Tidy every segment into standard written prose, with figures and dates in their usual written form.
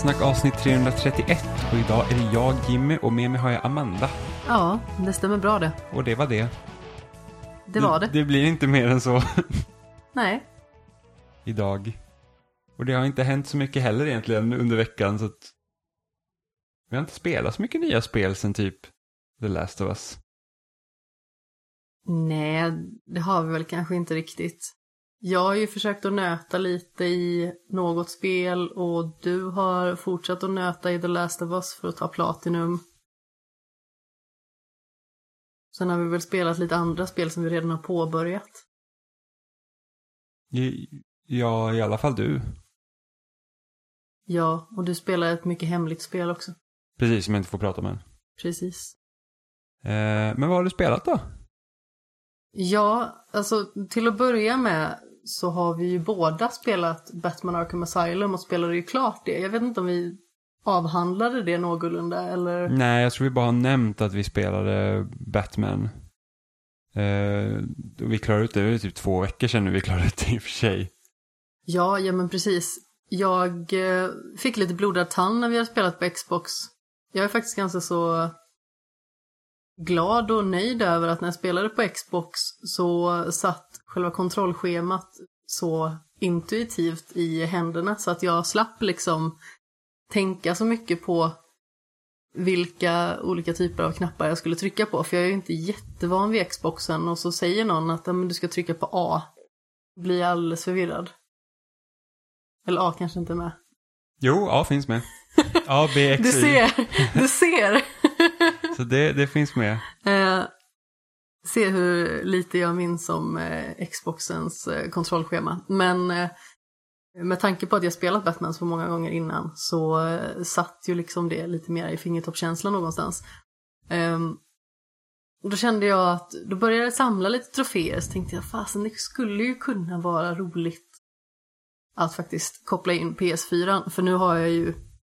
Spelsnack avsnitt 331 och idag är det jag, Jimmy, och med mig har jag Amanda. Ja, det stämmer bra det. Och det var det. Det var det. Det blir inte mer än så. Nej. Idag. Och det har inte hänt så mycket heller egentligen under veckan, så att vi har inte spelat så mycket nya spel sen typ The Last of Us. Nej, det har vi väl kanske inte riktigt. Jag har ju försökt att nöta lite i något spel och du har fortsatt att nöta i The Last of Us för att ta Platinum. Sen har vi väl spelat lite andra spel som vi redan har påbörjat. Ja, i alla fall du. Ja, och du spelar ett mycket hemligt spel också. Precis, som jag inte får prata om än. Precis. Men vad har du spelat då? Ja, alltså till att börja med så har vi ju båda spelat Batman Arkham Asylum och spelade ju klart det. Jag vet inte om vi avhandlade det någorlunda eller... Nej, jag tror vi bara har nämnt att vi spelade Batman. Vi klarade ut det, det är typ 2 veckor sedan nu vi klarade ut det i och för sig. Ja men precis. Jag fick lite blodad tand när vi har spelat på Xbox. Jag är faktiskt ganska så glad och nöjd över att när jag spelade på Xbox så satt själva kontrollschemat så intuitivt i händerna så att jag slapp liksom tänka så mycket på vilka olika typer av knappar jag skulle trycka på, för jag är ju inte jättevan vid Xboxen och så säger någon att men du ska trycka på A. Blir jag alldeles förvirrad. Eller A kanske inte är med. Jo, A finns med. A, B, X, Y. Du ser. Så det finns med. Se hur lite jag minns om Xboxens kontrollschema. Men med tanke på att jag spelat Batman så många gånger innan så satt ju liksom det lite mer i fingertoppkänslan någonstans. Och då kände jag att då började jag samla lite troféer, så tänkte jag fasen det skulle ju kunna vara roligt att faktiskt koppla in PS4. För nu har jag ju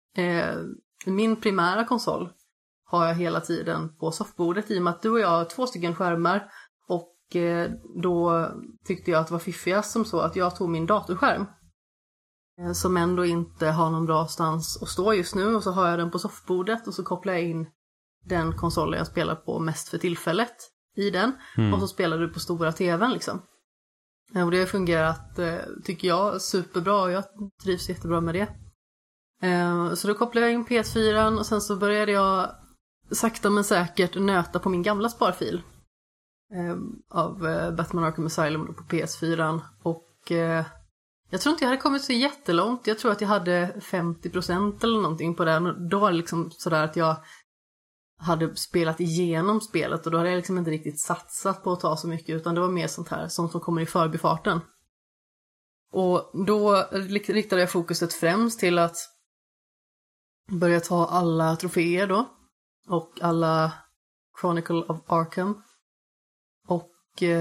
min primära konsol har jag hela tiden på soffbordet i och med att du och jag har 2 stycken skärmar och då tyckte jag att det var fiffigast som så att jag tog min datorskärm som ändå inte har någon bra stans att stå just nu och så har jag den på soffbordet och så kopplar jag in den konsolen jag spelar på mest för tillfället i den och så spelar du på stora tvn liksom. Och det har fungerat, tycker jag, superbra och jag trivs jättebra med det. Så då kopplade jag in PS4 och sen så började jag sakta men säkert nöta på min gamla sparfil av Batman Arkham Asylum på PS4 och jag tror inte jag hade kommit så jättelångt. Jag tror att jag hade 50% eller någonting på den. Då var det liksom sådär att jag hade spelat igenom spelet och då hade jag liksom inte riktigt satsat på att ta så mycket utan det var mer sånt här som kommer i förbifarten. Och då riktade jag fokuset främst till att börja ta alla troféer då och alla Chronicle of Arkham och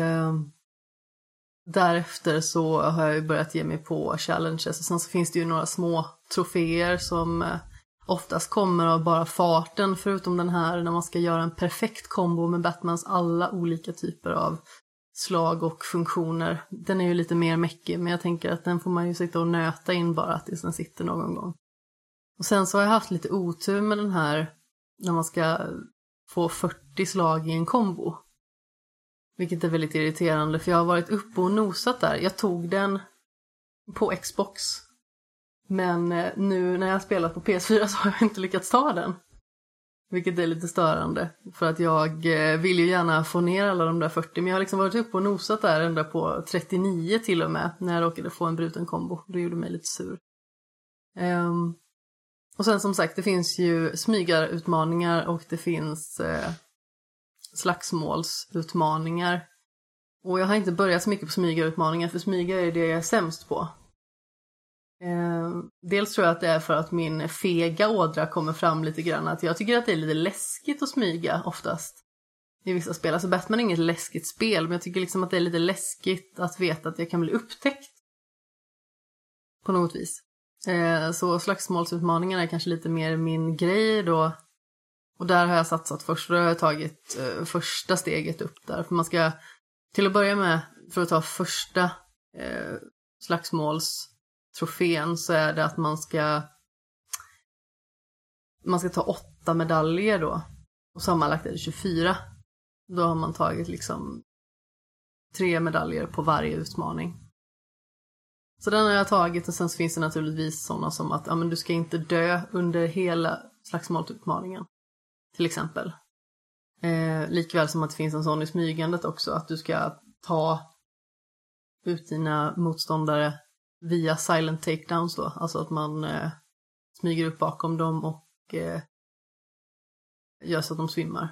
därefter så har jag börjat ge mig på challenges och sen så finns det ju några små troféer som oftast kommer av bara farten, förutom den här när man ska göra en perfekt kombo med Batmans alla olika typer av slag och funktioner. Den är ju lite mer mäckig, men jag tänker att den får man ju sitta och nöta in bara tills den sitter någon gång. Och sen så har jag haft lite otur med den här när man ska få 40 slag i en kombo. Vilket är väldigt irriterande för jag har varit uppe och nosat där. Jag tog den på Xbox. Men nu när jag har spelat på PS4 så har jag inte lyckats ta den. Vilket är lite störande. För att jag vill ju gärna få ner alla de där 40. Men jag har liksom varit uppe och nosat där ända på 39 till och med. När jag råkade få en bruten kombo. Det gjorde mig lite sur. Och sen som sagt, det finns ju smygarutmaningar och det finns slagsmålsutmaningar. Och jag har inte börjat så mycket på smygarutmaningar, för smyga är det jag är sämst på. Dels tror jag att det är för att min fega ådra kommer fram lite grann. Att jag tycker att det är lite läskigt att smyga oftast. I vissa spel. Alltså Batman är inget läskigt spel, men jag tycker liksom att det är lite läskigt att veta att jag kan bli upptäckt. På något vis. Så slagsmålsutmaningarna är kanske lite mer min grej då. Och där har jag satsat först. Då har jag tagit första steget upp där. För man ska till att börja med, för att ta första slagsmålstrofén så är det att man ska man ska ta 8 medaljer då. Och sammanlagt är det 24. Då har man tagit liksom 3 medaljer på varje utmaning. Så den har jag tagit, och sen så finns det naturligtvis sådana som att men du ska inte dö under hela slagsmålsutmaningen. Till exempel. Likväl som att det finns en sån i smygandet också, att du ska ta ut dina motståndare via silent takedowns då. Alltså att man smyger upp bakom dem och gör så att de svimmar.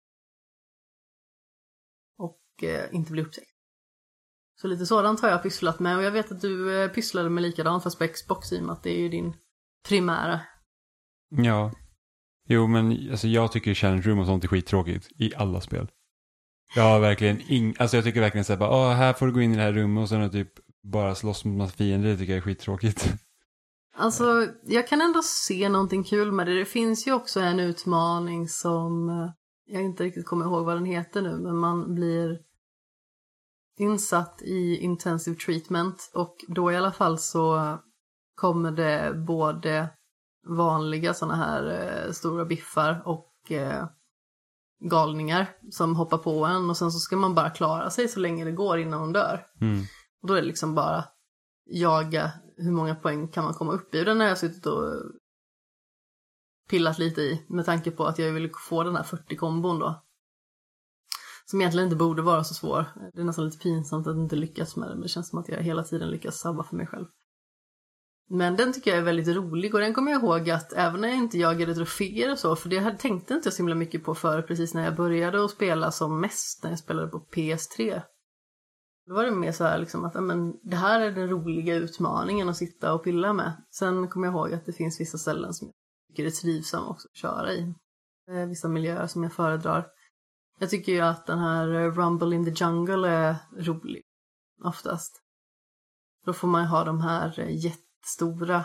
Och inte blir upptäckt. Så lite sådant har jag pysslat med, och jag vet att du pysslade med likadant fast på Xbox, i och med att det är ju din primära. Ja. Jo, men alltså, jag tycker challenge room och sånt är skittråkigt i alla spel. Jag har verkligen jag tycker verkligen så här bara, här får du gå in i det här rummet och sen typ bara slåss mot massa fiender. Det tycker jag är skittråkigt. Alltså, jag kan ändå se någonting kul med det. Det finns ju också en utmaning som jag inte riktigt kommer ihåg vad den heter nu, men man blir insatt i intensive treatment, och då i alla fall så kommer det både vanliga såna här stora biffar och galningar som hoppar på en, och sen så ska man bara klara sig så länge det går innan man dör. Och då är det liksom bara jaga hur många poäng kan man komma upp i. Och den har jag suttit och pillat lite i, med tanke på att jag ville få den här 40-kombon då. Som egentligen inte borde vara så svår. Det är nästan lite pinsamt att inte lyckas med det, men det känns som att jag hela tiden lyckas sabba för mig själv. Men den tycker jag är väldigt rolig, och den kommer jag ihåg att även när jag inte jagade troféer och så, för det tänkte inte jag så himla mycket på för precis när jag började att spela som mest, när jag spelade på PS3. Då var det mer så här liksom att det här är den roliga utmaningen att sitta och pilla med. Sen kommer jag ihåg att det finns vissa ställen som jag tycker är trivsamma också att köra i. Vissa miljöer som jag föredrar. Jag tycker ju att den här Rumble in the Jungle är rolig oftast. Då får man ju ha de här jättestora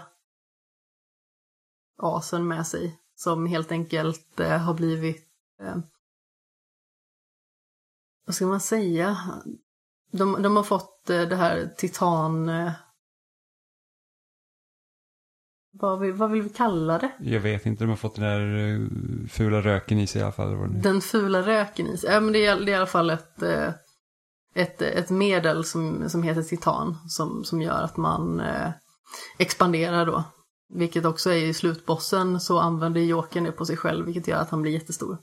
asen med sig, som helt enkelt har blivit vad ska man säga, de har fått det här titan, vad vill vi kalla det? Jag vet inte, de har fått den där fula röken i sig i alla fall. Den fula röken i sig, men det är i alla fall ett medel som heter titan, som gör att man expanderar då. Vilket också är i slutbossen, så använder Jokern det på sig själv, vilket gör att han blir jättestor.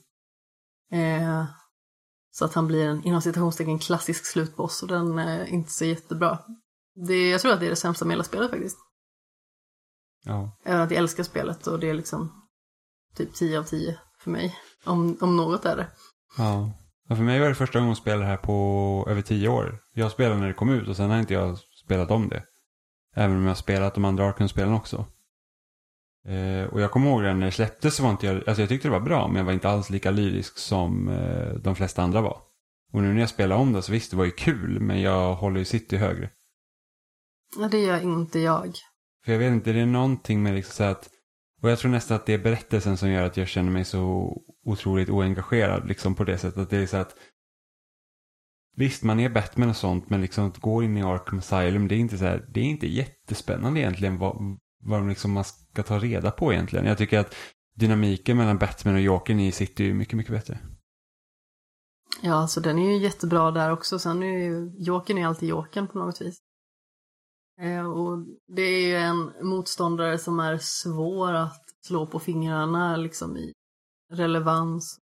Så att han blir en, inom citationstecken, klassisk slutboss, och den är inte så jättebra. Jag tror att det är det sämsta med hela spelet faktiskt. Ja. Även att jag älskar spelet, och det är liksom typ 10 av 10 för mig. Om något är det. Ja. Ja, för mig var det första gången jag spelade här på över 10 år. Jag spelade när det kom ut, och sen har inte jag spelat om det. Även om jag har spelat de andra Arkham-spelen också. Och jag kommer ihåg när det släpptes, så var inte jag... Alltså jag tyckte det var bra, men jag var inte alls lika lyrisk som de flesta andra var. Och nu när jag spelar om det, så visst, det var ju kul, men jag håller ju City högre. Ja, det gör inte jag. För jag vet inte, det är någonting med liksom så att... Och jag tror nästan att det är berättelsen som gör att jag känner mig så otroligt oengagerad liksom på det sättet. Att det är så att... Visst, man är Batman och sånt, men liksom att gå in i Arkham Asylum, det är inte så här, det är inte jättespännande egentligen vad liksom man ska ta reda på egentligen. Jag tycker att dynamiken mellan Batman och Jokern i City är mycket, mycket bättre. Ja, alltså den är ju jättebra där också. Sen är ju Jokern är alltid Jokern på något vis. Och det är ju en motståndare som är svår att slå på fingrarna liksom i relevans.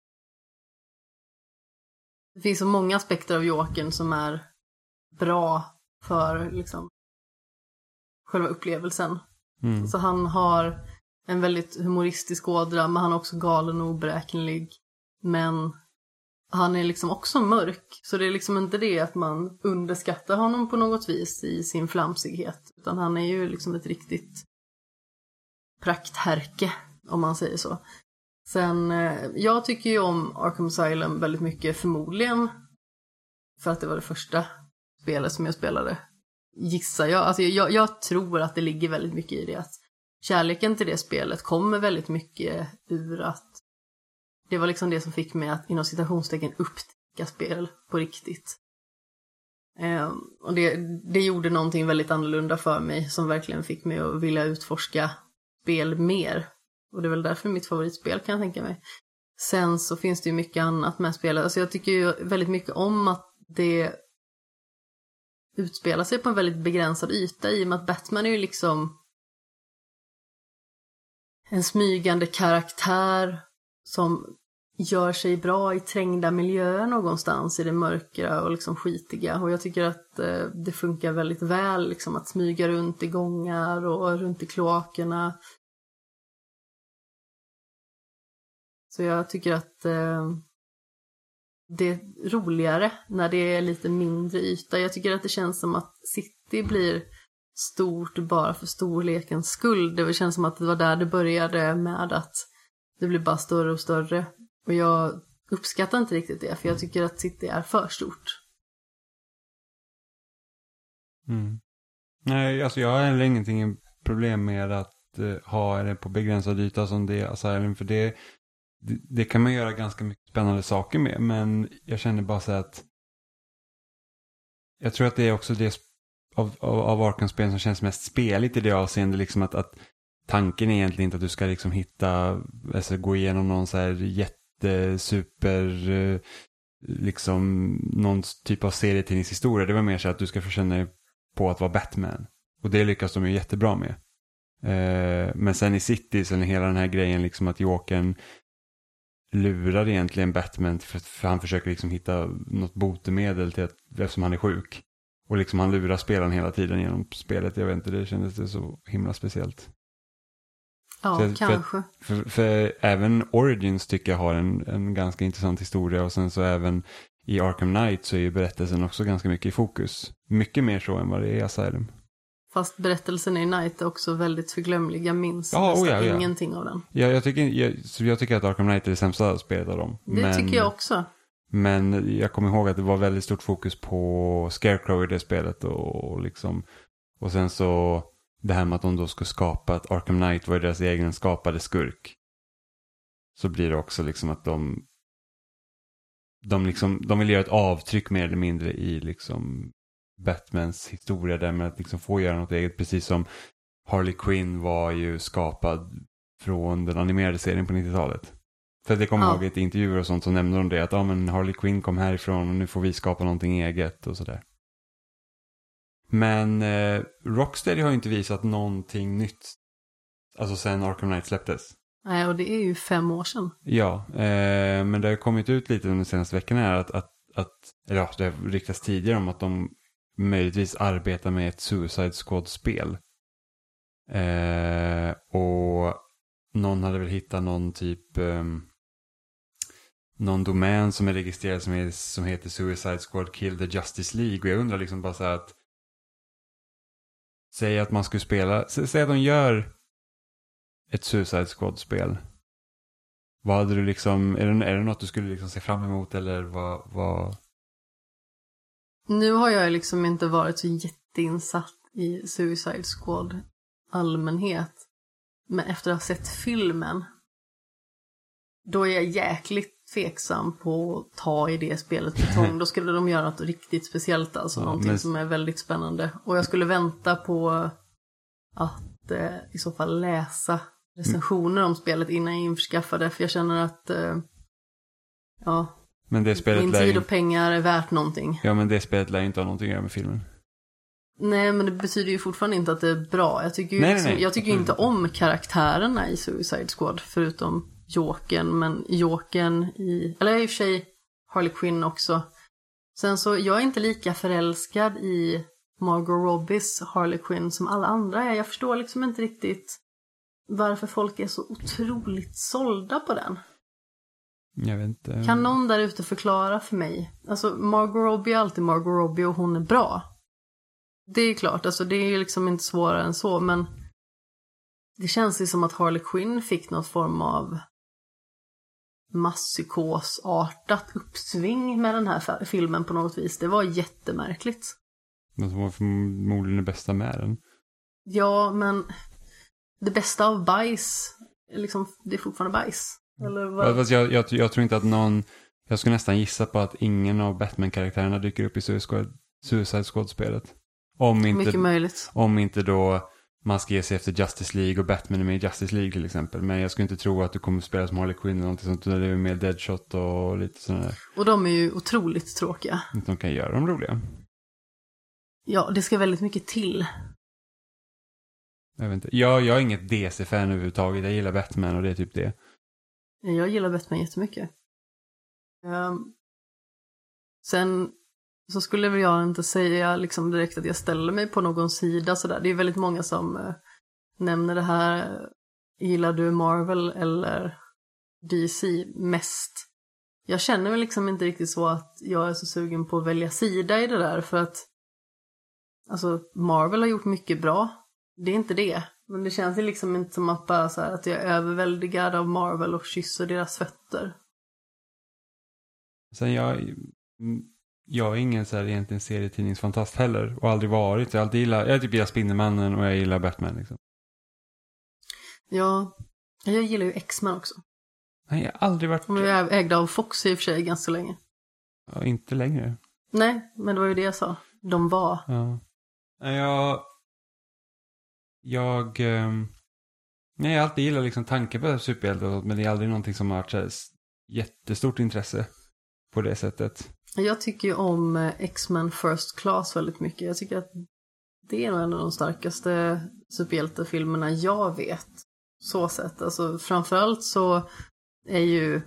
Det finns så många aspekter av Jokern som är bra för liksom själva upplevelsen. Så han har en väldigt humoristisk ådra, men han är också galen och oberäknelig. Men han är liksom också mörk, så det är liksom inte det att man underskattar honom på något vis i sin flamsighet. Utan han är ju liksom ett riktigt prakthärke, om man säger så. Sen, jag tycker ju om Arkham Asylum väldigt mycket, förmodligen för att det var det första spelet som jag spelade. Gissar jag. Alltså jag tror att det ligger väldigt mycket i det. Att kärleken till det spelet kommer väldigt mycket ur att det var liksom det som fick mig att inom citationstecken upptäcka spel på riktigt. Och det gjorde någonting väldigt annorlunda för mig, som verkligen fick mig att vilja utforska spel mer. Och det är väl därför mitt favoritspel, kan jag tänka mig. Sen så finns det ju mycket annat med spelet. Alltså jag tycker ju väldigt mycket om att det utspelar sig på en väldigt begränsad yta, i och med att Batman är ju liksom en smygande karaktär som gör sig bra i trängda miljöer någonstans i det mörkra och liksom skitiga. Och jag tycker att det funkar väldigt väl liksom, att smyga runt i gångar och runt i kloakerna. Så jag tycker att det är roligare när det är lite mindre yta. Jag tycker att det känns som att City blir stort bara för storlekens skull. Det känns som att det var där det började, med att det blir bara större och större. Och jag uppskattar inte riktigt det, för jag tycker att City är för stort. Nej, alltså jag har heller ingenting problem med att ha det på begränsad yta som det är Asylum, för det kan man göra ganska mycket spännande saker med, men jag känner bara så att jag tror att det är också det av Arkham-spelen som känns mest speligt i det avseende, liksom att tanken är egentligen inte att du ska liksom hitta, alltså gå igenom någon så här jättesuper liksom någon typ av serietidningshistoria. Det var mer så att du ska förkänna dig på att vara Batman, och det lyckas de ju jättebra med. Men sen i City så är hela den här grejen liksom att Jokern lurar egentligen Batman för han försöker liksom hitta något botemedel till eftersom han är sjuk. Och liksom han lurar spelaren hela tiden genom spelet. Jag vet inte, det kändes det så himla speciellt. Ja, så kanske. För även Origins tycker jag har en ganska intressant historia. Och sen så även i Arkham Knight så är ju berättelsen också ganska mycket i fokus. Mycket mer så än vad det är i Asylum. Fast berättelsen i Knight är också väldigt förglömlig. Jag minns ingenting av den. Ja, jag tycker att Arkham Knight är det sämsta spelet av dem. Det tycker jag också. Men jag kommer ihåg att det var väldigt stort fokus på Scarecrow i det spelet. Och sen så det här med att de då skulle skapa att Arkham Knight var deras egen skapade skurk. Så blir det också liksom att de vill göra ett avtryck mer eller mindre i liksom Batmans historia där, med att liksom få göra något eget, precis som Harley Quinn var ju skapad från den animerade serien på 90-talet. För det kommer ihåg i ett intervjuer och sånt, så nämnde de det att men Harley Quinn kom härifrån och nu får vi skapa någonting eget och sådär. Men Rocksteady har ju inte visat någonting nytt, alltså sen Arkham Knight släpptes. Nej, och det är ju 5 år sedan. Ja, men det har kommit ut lite under de senaste veckorna här eller det har riktats tidigare om att de möjligtvis arbetar med ett Suicide Squad-spel. Och någon hade väl hittat någon typ någon domän som är registrerad som heter Suicide Squad Kill the Justice League. Och jag undrar liksom bara så här att säg att man skulle spela, säg att de gör ett Suicide Squad-spel. Vad hade du liksom, är det något du skulle liksom se fram emot, eller vad? Nu har jag liksom inte varit så jätteinsatt i Suicide Squad allmänhet. Men efter att ha sett filmen, då är jag jäkligt tveksam på att ta i det spelet till tång. Då skulle de göra något riktigt speciellt, alltså någonting som är väldigt spännande. Och jag skulle vänta på att i så fall läsa recensioner om spelet innan jag införskaffade. För jag känner att men det spelet min tid och pengar är värt någonting. Ja, men det spelet lär inte ha någonting att göra med filmen. Nej, men det betyder ju fortfarande inte att det är bra. Jag tycker jag tycker inte om karaktärerna i Suicide Squad, förutom Jokern, men Jokern eller i och för sig Harley Quinn också. Sen så, jag är inte lika förälskad i Margot Robbies Harley Quinn som alla andra är. Jag förstår liksom inte riktigt varför folk är så otroligt sålda på den. Jag vet inte. Kan någon där ute förklara för mig? Alltså, Margot Robbie är alltid Margot Robbie och hon är bra. Det är klart, alltså det är liksom inte svårare än så, men det känns ju som att Harley Quinn fick något form av masspsykosartat uppsving med den här filmen på något vis. Det var jättemärkligt. Det var förmodligen det bästa med den. Ja, men det bästa av bajs, liksom, det är fortfarande bajs. Eller vad? Jag tror inte att någon, jag skulle nästan gissa på att ingen av Batman-karaktärerna dyker upp i Suicide Squad-spelet. Mycket möjligt. Om inte då man ska ge sig efter Justice League och Batman är med i Justice League till exempel. Men jag skulle inte tro att du kommer att spela som Harley Quinn eller någonting sånt. Det är mer Deadshot och lite sådana där. Och de är ju otroligt tråkiga. De kan göra dem roliga. Ja, det ska väldigt mycket till. Jag vet inte. Jag är inget DC-fan överhuvudtaget. Jag gillar Batman och det är typ det. Jag gillar Batman jättemycket. Sen så skulle väl jag inte säga liksom direkt att jag ställer mig på någon sida sådär. Det är väldigt många som nämner det här. Gillar du Marvel eller DC mest? Jag känner väl liksom inte riktigt så att jag är så sugen på att välja sida i det där. För att alltså Marvel har gjort mycket bra. Det är inte det. Men det känns ju liksom inte som att bara så här att jag är överväldigad av Marvel och kysser deras fötter. Sen jag är ingen så här egentligen serietidningsfantast heller. Och aldrig varit. Jag gillar Spindelmannen och jag gillar Batman liksom. Ja, jag gillar ju X-Men också. Nej, jag har aldrig varit... De är ägda av Fox i och för sig ganska länge. Ja, inte längre. Nej, men det var ju det jag sa. De var. Ja. Jag har alltid gillat liksom tanken på superhjältar, men det är aldrig någonting som har varit så jättestort intresse på det sättet. Jag tycker ju om X-Men First Class väldigt mycket. Jag tycker att det är nog en av de starkaste superhjältefilmerna jag vet. Så sett. Alltså framförallt så är ju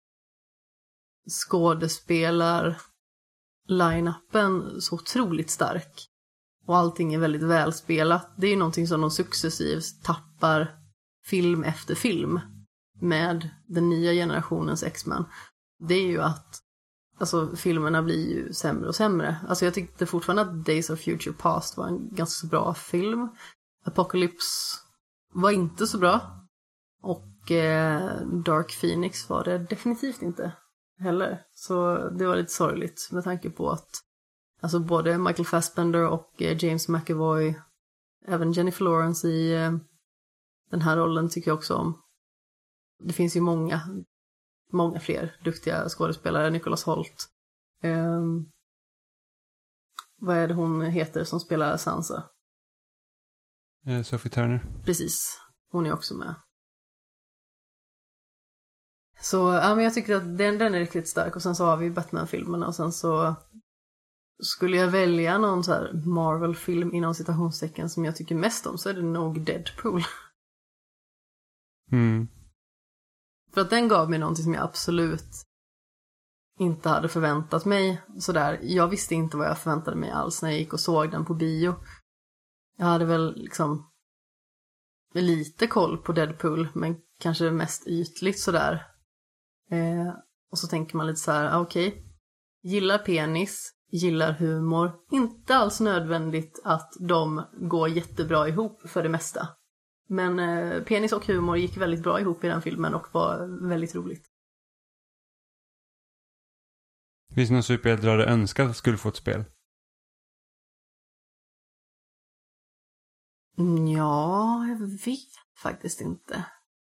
line-upen så otroligt stark. Och allting är väldigt välspelat. Det är ju någonting som de successivt tappar film efter film med den nya generationens X-Men. Det är ju att alltså, filmerna blir ju sämre och sämre. Alltså jag tyckte fortfarande att Days of Future Past var en ganska bra film. Apocalypse var inte så bra. Och Dark Phoenix var det definitivt inte heller. Så det var lite sorgligt med tanke på att alltså både Michael Fassbender och James McAvoy, även Jennifer Lawrence i den här rollen tycker jag också om. Det finns ju många fler duktiga skådespelare. Nicholas Hoult. Vad är det hon heter som spelar Sansa? Sophie Turner. Precis, hon är också med. Så ja, men jag tycker att den är riktigt stark. Och sen så har vi Batman-filmerna. Och sen så skulle jag välja någon så här Marvel-film inom citationstecken som jag tycker mest om, så är det nog Deadpool. Mm. För att den gav mig någonting som jag absolut inte hade förväntat mig. Sådär. Jag visste inte vad jag förväntade mig alls när jag gick och såg den på bio. Jag hade väl liksom lite koll på Deadpool, men kanske mest ytligt sådär. Och så tänker man lite så här, okej. Gillar penis, gillar humor. Inte alls nödvändigt att de går jättebra ihop för det mesta. Men penis och humor gick väldigt bra ihop i den filmen och var väldigt roligt. Finns det någon superhjälte du hade önskat att skulle få ett spel? Ja, jag vet faktiskt inte.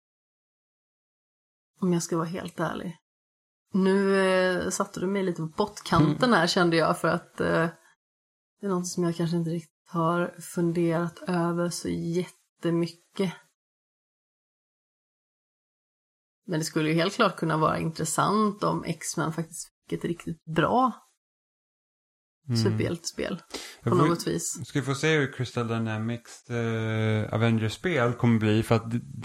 Om jag ska vara helt ärlig. Nu satte du mig lite på bottkanten här kände jag, för att det är något som jag kanske inte riktigt har funderat över så jättemycket. Men det skulle ju helt klart kunna vara intressant om X-Men faktiskt fick ett riktigt bra superhjältespel på något vis. Ska vi få se hur Crystal Dynamics Avengers-spel kommer bli, för att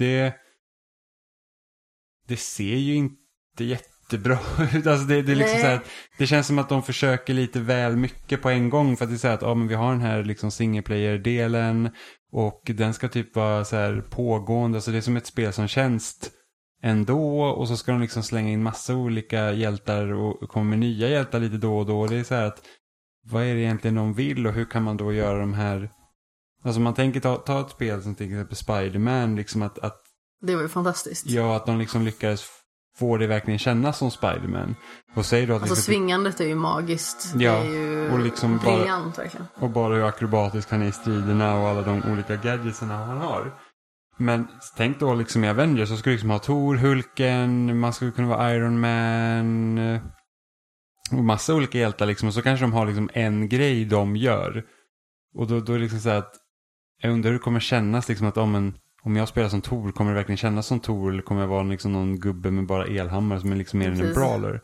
det ser ju inte jättebra ut. Alltså det är liksom så här, det känns som att de försöker lite väl mycket på en gång, för att det är så här att men vi har den här liksom single player-delen och den ska typ vara så här pågående, så det är som ett spel som tjänst ändå, och så ska de liksom slänga in massa olika hjältar och komma med nya hjältar lite då och då. Det är så här att vad är det egentligen de vill och hur kan man då göra de här, alltså man tänker ta ett spel som till exempel Spider-Man liksom att det var ju fantastiskt. Ja, att de liksom lyckades få det verkligen kännas som Spider-Man. Och säger då att alltså svingandet är ju magiskt. Ja, det är ju och liksom briljant verkligen. Och bara hur akrobatisk han är i striderna och alla de olika gadgetserna han har. Men tänk då liksom i Avengers så skulle liksom ha Thor, Hulken, man skulle kunna vara Iron Man och massa olika hjältar liksom, och så kanske de har liksom en grej de gör. Och då är det liksom så här att jag undrar hur det kommer kännas liksom att om jag spelar som Tor, kommer det verkligen kännas som Tor eller kommer jag vara liksom någon gubbe med bara elhammare som är liksom mer än en brawler.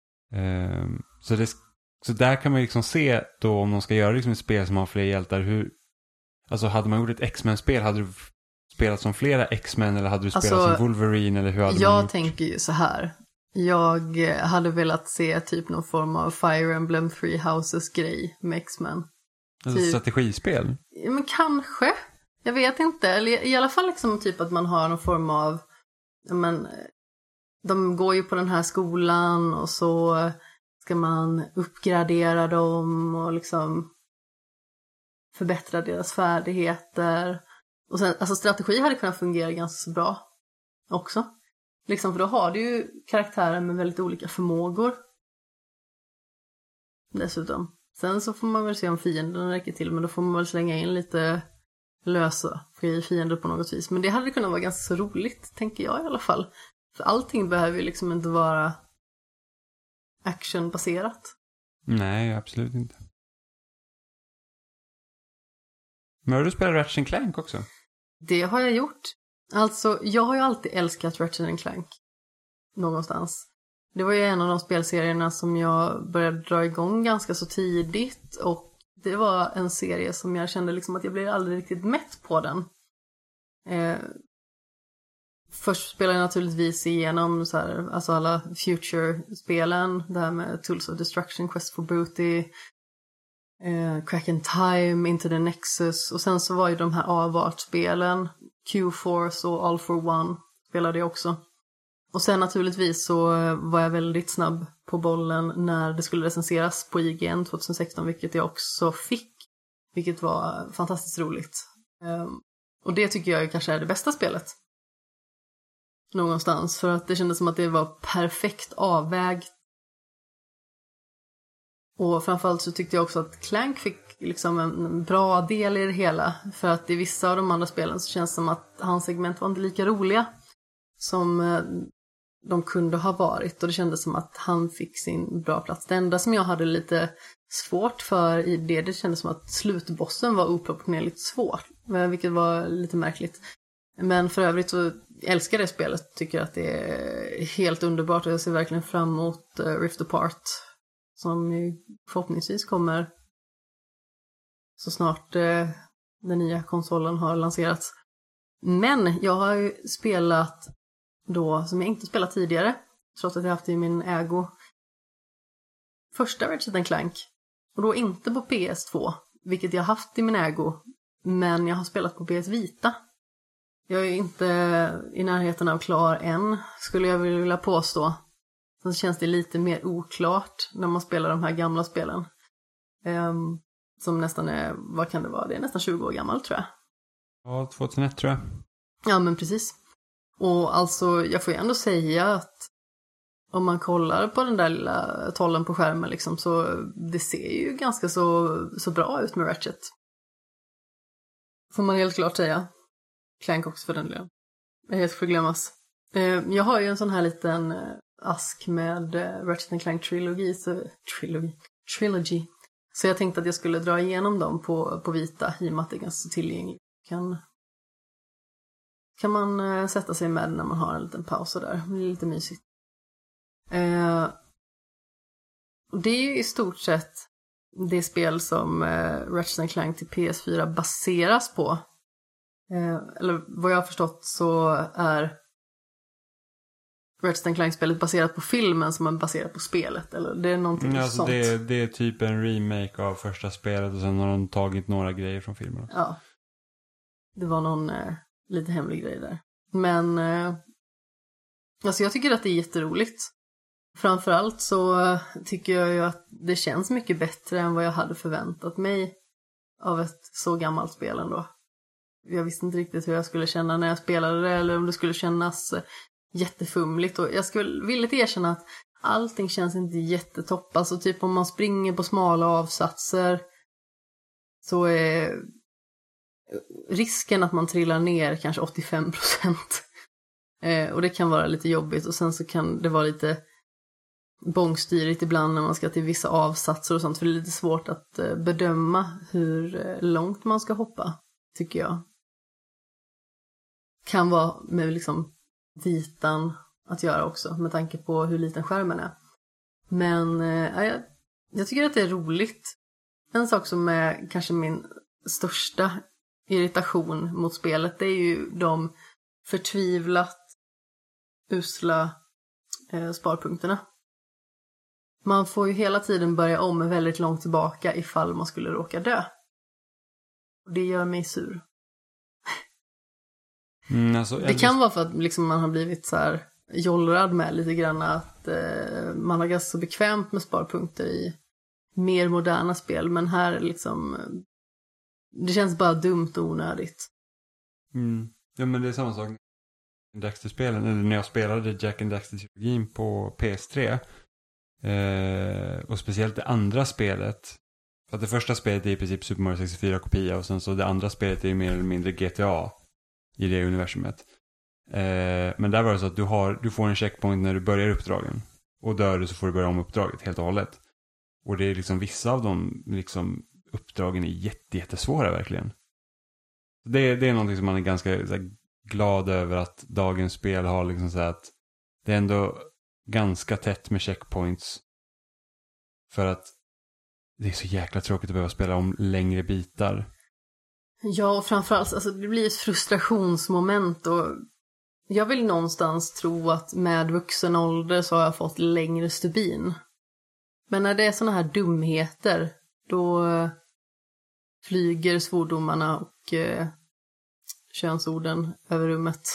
Så där kan man liksom se då om de ska göra liksom ett spel som har fler hjältar. Alltså hade man gjort ett X-Men-spel, hade du spelat som flera X-Men eller hade du spelat som Wolverine eller hur hade man gjort? Jag tänker ju så här. Jag hade velat se typ någon form av Fire Emblem Three Houses grej med X-Men. Alltså typ strategispel? Men kanske. Jag vet inte. Eller i alla fall liksom typ att man har någon form av... Men, de går ju på den här skolan och så ska man uppgradera dem och liksom förbättra deras färdigheter. Och sen, alltså strategi hade kunnat fungera ganska så bra också. Liksom, för då har du ju karaktärer med väldigt olika förmågor. Dessutom. Sen så får man väl se om fienden räcker till. Men då får man väl slänga in lite lösa fiender på något vis. Men det hade kunnat vara ganska så roligt, tänker jag i alla fall. För allting behöver ju liksom inte vara actionbaserat. Nej, absolut inte. Men har du spelat Ratchet & Clank också? Det har jag gjort. Alltså, jag har ju alltid älskat Ratchet & Clank. Någonstans. Det var ju en av de spelserierna som jag började dra igång ganska så tidigt. Och det var en serie som jag kände liksom att jag blev aldrig riktigt mätt på den. Först spelade jag naturligtvis igenom så här, alltså alla Future-spelen. Det här med Tools of Destruction, Quest for Booty, Crack in Time, Into the Nexus. Och sen så var ju de här avartspelen, Q-Force och All for One spelade jag också. Och sen naturligtvis så var jag väldigt snabb på bollen när det skulle recenseras på IGN 2016, vilket jag också fick. Vilket var fantastiskt roligt. Och det tycker jag kanske är det bästa spelet. Någonstans. För att det kändes som att det var perfekt avvägt. Och framförallt så tyckte jag också att Clank fick liksom en bra del i det hela. För att i vissa av de andra spelen så känns det som att hans segment var inte lika roliga som de kunde ha varit. Och det kändes som att han fick sin bra plats. Det enda som jag hade lite svårt för i det kändes som att slutbossen var oproportionerligt svårt. Vilket var lite märkligt. Men för övrigt så älskar det spelet. Tycker att det är helt underbart. Och jag ser verkligen fram emot Rift Apart. Som förhoppningsvis kommer så snart den nya konsolen har lanserats. Men jag har ju spelat då, som jag inte spelat tidigare, trots att jag haft det i min ägo, första Ratchet & Clank. Och då inte på PS2, vilket jag haft i min ägo. Men jag har spelat på PS Vita. Jag är inte i närheten av klar än, skulle jag vilja påstå. Sen känns det lite mer oklart när man spelar de här gamla spelen. Som nästan är, vad kan det vara? Det är nästan 20 år gammalt tror jag. Ja, 2001 tror jag. Ja, men precis. Och alltså, jag får ju ändå säga att om man kollar på den där lilla tollen på skärmen liksom, så det ser ju ganska så bra ut med Ratchet. Får man helt klart säga. Clank också för den delen. Det är helt förglömmas. Jag har ju en sån här liten ask med Ratchet & Clank Trilogy. Så jag tänkte att jag skulle dra igenom dem på Vita i och med att det är ganska tillgängligt. Kan man sätta sig med när man har en liten paus och där. Det är lite mysigt. Det är ju i stort sett det spel som Ratchet & Clank till PS4 baseras på. Eller vad jag har förstått så är Ratchet & Clank-spelet baserat på filmen som är baserat på spelet. Eller det är någonting alltså sånt. Det är typ en remake av första spelet och sen har de tagit några grejer från filmen. Ja. Det var någon lite hemlig grej där. Men alltså jag tycker att det är jätteroligt. Framförallt så tycker jag ju att det känns mycket bättre än vad jag hade förväntat mig av ett så gammalt spel ändå. Jag visste inte riktigt hur jag skulle känna när jag spelade det eller om det skulle kännas jättefumligt. Och jag skulle villigt erkänna att allting känns inte jättetopp. Alltså typ om man springer på smala avsatser så är risken att man trillar ner kanske 85%. Och det kan vara lite jobbigt. Och sen så kan det vara lite bångstyrigt ibland när man ska till vissa avsatser och sånt. För det är lite svårt att bedöma hur långt man ska hoppa. tycker jag. Kan vara med liksom vitan att göra också, med tanke på hur liten skärmen är. Men jag tycker att det är roligt. En sak som är kanske min största irritation mot spelet, det är ju de förtvivlat usla sparpunkterna. Man får ju hela tiden börja om väldigt långt tillbaka ifall man skulle råka dö. Och det gör mig sur. Det kan vara för att liksom man har blivit så här jollrad med lite grann att man har ganska så bekvämt med sparpunkter i mer moderna spel. Men här liksom, det känns bara dumt och onödigt. Ja, men det är samma sak. Daxter-spelen, eller när jag spelade Jack and Daxter-trilogin på PS3. Och speciellt det andra spelet. För att det första spelet är i princip Super Mario 64-kopia. Och sen så det andra spelet är mer eller mindre GTA i det universumet. Men där var det så att du får en checkpoint när du börjar uppdragen. Och dör du så får du börja om uppdraget helt och hållet. Och det är liksom vissa av de liksom, uppdragen är jättesvåra verkligen. Det är någonting som man är ganska så här, glad över, att dagens spel har liksom så att det är ändå ganska tätt med checkpoints. För att det är så jäkla tråkigt att behöva spela om längre bitar. Ja, och framförallt alltså, det blir ett frustrationsmoment, och jag vill någonstans tro att med vuxen ålder så har jag fått längre stubin. Men när det är såna här dumheter, då flyger svordomarna och könsorden över rummet.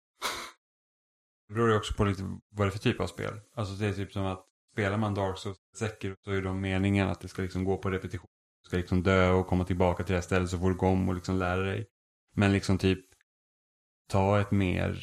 Det beror ju också på lite vad det är för typ av spel. Alltså det är typ som att spelar man Dark Souls Sekiro så är det meningen att det ska liksom gå på repetition. Du ska liksom dö och komma tillbaka till det här stället, så får du gå om och liksom lära dig. Men liksom typ ta ett mer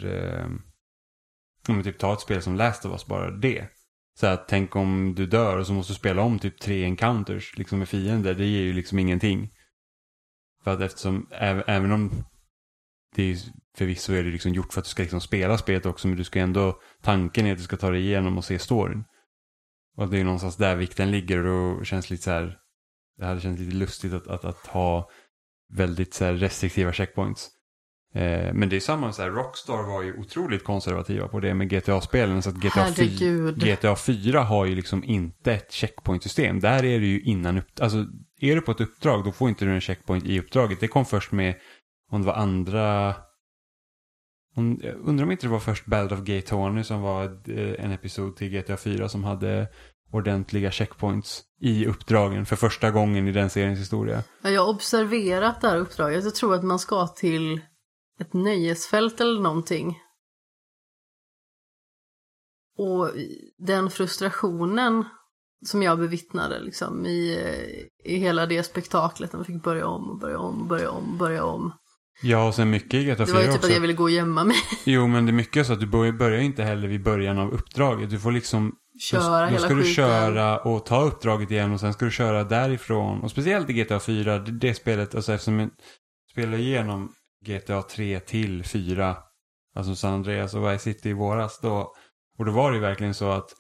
typ ta ett spel som Last of Us, bara det. Så att tänk om du dör och så måste du spela om typ 3 encounters liksom med fiender. Det ger ju liksom ingenting. För att eftersom även om det är, förvisso är det liksom gjort för att du ska liksom spela spelet också, men du ska ändå, tanken är att du ska ta dig igenom och se storyn. Och det är någonstans där vikten ligger, och då känns lite så här, det hade känts lite lustigt att ha väldigt så här restriktiva checkpoints. Men det är samma så här, Rockstar var ju otroligt konservativa på det med GTA-spelen, så att GTA 4 har ju liksom inte ett checkpoint-system. Där är det ju innan alltså är du på ett uppdrag, då får inte du en checkpoint i uppdraget. Det kom först med, om det var andra, undrar om inte det var först Ballad of Gay Tony som var en episod till GTA 4 som hade ordentliga checkpoints i uppdragen för första gången i den seriens historia. Jag har observerat det här uppdraget. Jag tror att man ska till ett nöjesfält eller någonting. Och den frustrationen som jag bevittnade liksom i hela det spektaklet, man fick börja om. Ja, och sen mycket i GTA 4 det var ju typ också. Att jag ville gå och gömma mig. Jo, men det är mycket så att du börjar inte heller vid början av uppdraget. Du får liksom köra hela skiten. Då ska du köra och ta uppdraget igen, och sen ska du köra därifrån. Och speciellt i GTA 4, det spelet, alltså eftersom jag spelar igenom GTA 3 till 4, alltså San Andreas och Vice City i våras då, och då var det ju verkligen så att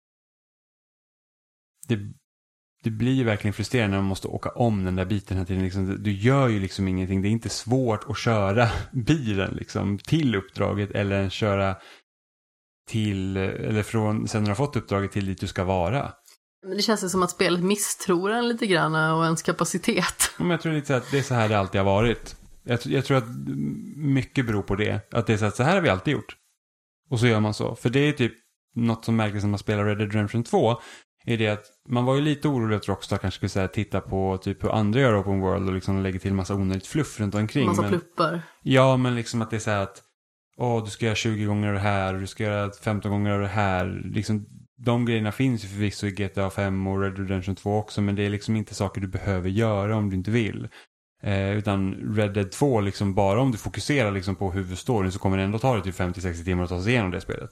det blir ju verkligen frustrerande när man måste åka om den där biten här tiden. Liksom, du gör ju liksom ingenting. Det är inte svårt att köra bilen liksom till uppdraget, eller köra till, eller från, sen du har fått uppdraget till dit du ska vara. Men det känns som att spelet misstror en lite grann och ens kapacitet. Men jag tror lite så att det är så här det alltid har varit. Jag tror att mycket beror på det. Att det är så att så här har vi alltid gjort. Och så gör man så. För det är typ något som märktes när man spelar Red Dead Redemption 2. Är det att man var ju lite orolig att Rockstar kanske skulle säga, titta på typ hur andra gör Open World och liksom lägger till massa onödigt fluff runt omkring. Massa pluppar. Ja, men liksom att det är så här att du ska göra 20 gånger det här, du ska göra 15 gånger det här. Liksom, de grejerna finns ju förvisso i GTA 5 och Red Dead Redemption 2 också, men det är liksom inte saker du behöver göra om du inte vill. Utan Red Dead 2, liksom, bara om du fokuserar liksom på huvudstoryn så kommer det ändå ta det typ 50-60 timmar att ta sig igenom det spelet.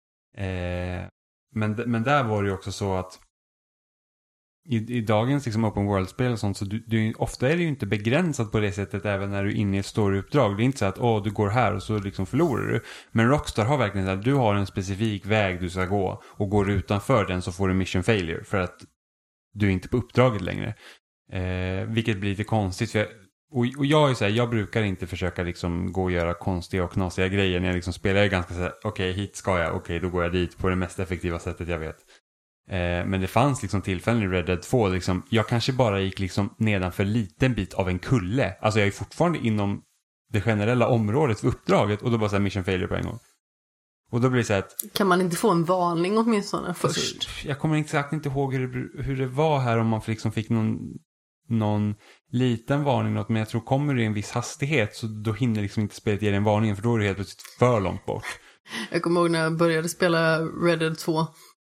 Men där var det ju också så att i dagens liksom open world-spel och sånt, så ofta är det ju inte begränsat på det sättet även när du är inne i ett story-uppdrag. Det är inte så att du går här och så liksom förlorar du. Men Rockstar har verkligen så att du har en specifik väg du ska gå, och går du utanför den så får du mission failure för att du är inte på uppdraget längre. Vilket blir lite konstigt, för Och jag är så här, jag brukar inte försöka liksom gå och göra konstiga och knasiga grejer när jag liksom spelar. Jag är ganska så här, okej, hit ska jag, okej, då går jag dit på det mest effektiva sättet jag vet. Men det fanns liksom tillfällen i Red Dead 2 liksom, jag kanske bara gick liksom nedanför en liten bit av en kulle. Alltså jag är fortfarande inom det generella området för uppdraget och då bara så här mission failure på en gång. Och då blir det så här att... Kan man inte få en varning åtminstone först? Alltså, jag kommer exakt inte ihåg hur det var här om man liksom fick någon liten varning något, men jag tror kommer det i en viss hastighet så då hinner liksom inte spelet ge den varningen för då är det helt plötsligt för långt bort. Jag kommer ihåg när jag började spela Red Dead 2.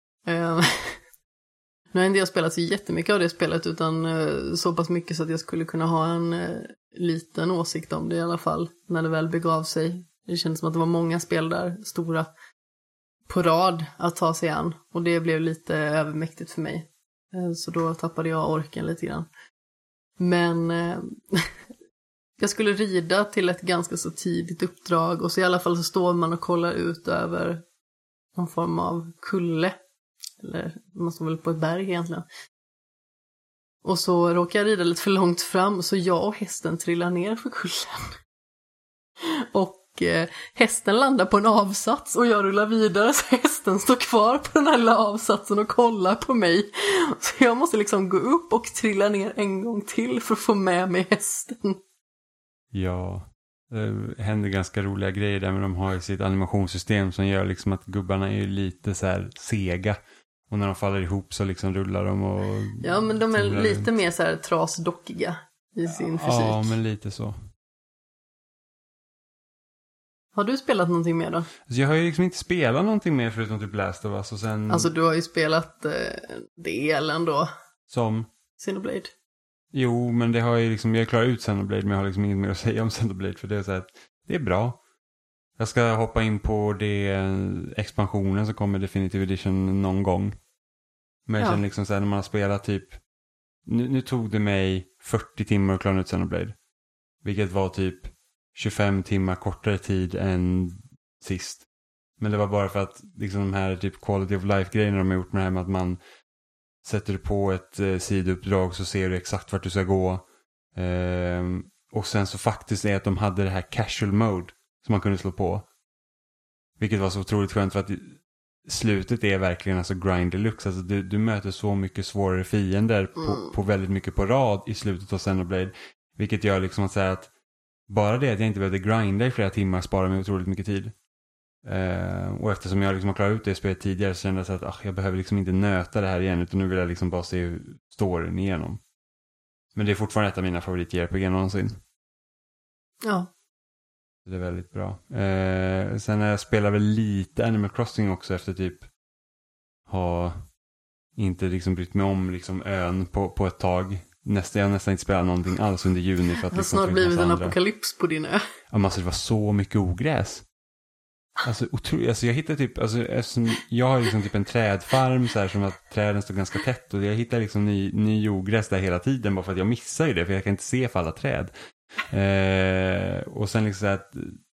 Nu har inte jag spelat så jättemycket av det spelet utan så pass mycket så att jag skulle kunna ha en liten åsikt om det i alla fall när det väl begav sig. Det kändes som att det var många spel där, stora, på rad att ta sig an. Och det blev lite övermäktigt för mig. Så då tappade jag orken lite grann. Men jag skulle rida till ett ganska så tidigt uppdrag. Och så i alla fall så står man och kollar ut över någon form av kulle. Eller man står väl på ett berg egentligen. Och så råkar jag rida lite för långt fram så jag och hästen trillar ner för kullen. Och hästen landar på en avsats och jag rullar vidare så hästen står kvar på den här lilla avsatsen och kollar på mig. Så jag måste liksom gå upp och trilla ner en gång till för att få med mig hästen. Ja, det händer ganska roliga grejer där men de har ju sitt animationssystem som gör liksom att gubbarna är ju lite så här sega. Och när de faller ihop så liksom rullar de och... Ja, men de är lite mer så här trasdockiga i sin fysik. Ja, men lite så. Har du spelat någonting mer då? Alltså jag har ju liksom inte spelat någonting mer förutom typ Last of Us och sen... Alltså du har ju spelat delen då. Som? Xenoblade. Jo, men det har ju liksom... Jag är klar ut Xenoblade men jag har liksom inget mer att säga om Xenoblade för det är så här att det är bra. Jag ska hoppa in på det expansionen som kommer Definitive Edition någon gång. Men jag känner liksom så här när man har spelat typ... Nu tog det mig 40 timmar att klara ut Xenoblade. Vilket var typ 25 timmar kortare tid än sist. Men det var bara för att liksom de här typ quality of life-grejerna de har gjort med det här med att man sätter på ett sidouppdrag så ser du exakt vart du ska gå. Och sen så faktiskt är att de hade det här casual mode som man kunde slå på. Vilket var så otroligt skönt för att slutet är verkligen alltså grind deluxe. Alltså du möter så mycket svårare fiender på väldigt mycket på rad i slutet av Xenoblade. Vilket gör liksom att säga att bara det att jag inte behövde grinda i flera timmar sparar mig otroligt mycket tid. Och eftersom jag liksom har klarat ut det spelet tidigare så kände jag att jag behöver liksom inte nöta det här igen utan nu vill jag liksom bara se storyn igenom. Men det är fortfarande ett av mina favorit-JRPG någonsin. Ja. Det är väldigt bra. Sen när jag spelar väl lite Animal Crossing också efter typ ha inte liksom brytt mig om liksom ön på ett tag. Jag har nästan inte spelat någonting alls under juni. För att det har snart blivit en apokalyps på din ö. Ja, men alltså det var så mycket ogräs. Alltså, jag hittade typ, jag har liksom typ en trädfarm så här som att träden står ganska tätt och jag hittar liksom ny ogräs där hela tiden bara för att jag missar ju det för jag kan inte se för alla träd. Och sen liksom så att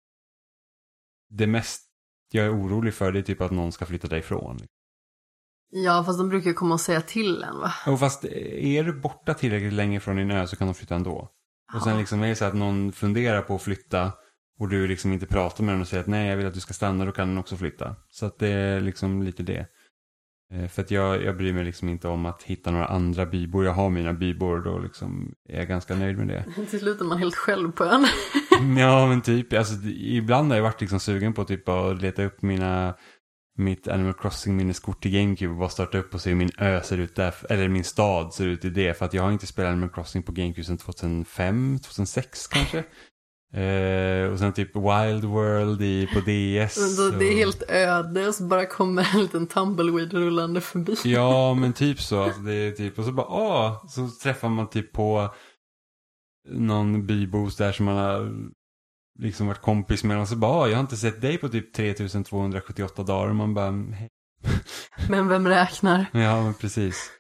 det mest jag är orolig för det är typ att någon ska flytta därifrån. Ja, fast de brukar komma och säga till en, va? Och fast är du borta tillräckligt länge från din ö så kan de flytta ändå. Och sen liksom är det så att någon funderar på att flytta och du liksom inte pratar med den och säger att nej, jag vill att du ska stanna, då kan den också flytta. Så att det är liksom lite det. För att jag bryr mig liksom inte om att hitta några andra bybor. Jag har mina bybor och då liksom är jag ganska nöjd med det. Till slut är man helt själv på ön. Ja, men typ. Alltså, ibland har jag varit liksom sugen på typ att leta upp mitt Animal Crossing minneskort till GameCube och bara starta upp och se hur min ö ser ut där, eller min stad ser ut i det. För att jag har inte spelat Animal Crossing på GameCube sedan 2005, 2006 kanske. Och sen typ Wild World på DS. Så det är helt öde och så bara kommer en liten tumbleweed rullande förbi. Ja, men typ så. Alltså, det är typ, och så bara, så träffar man typ på någon bybos där som man har liksom varit kompis med och så bara, jag har inte sett dig på typ 3278 dagar och man bara men vem räknar? Ja, men precis.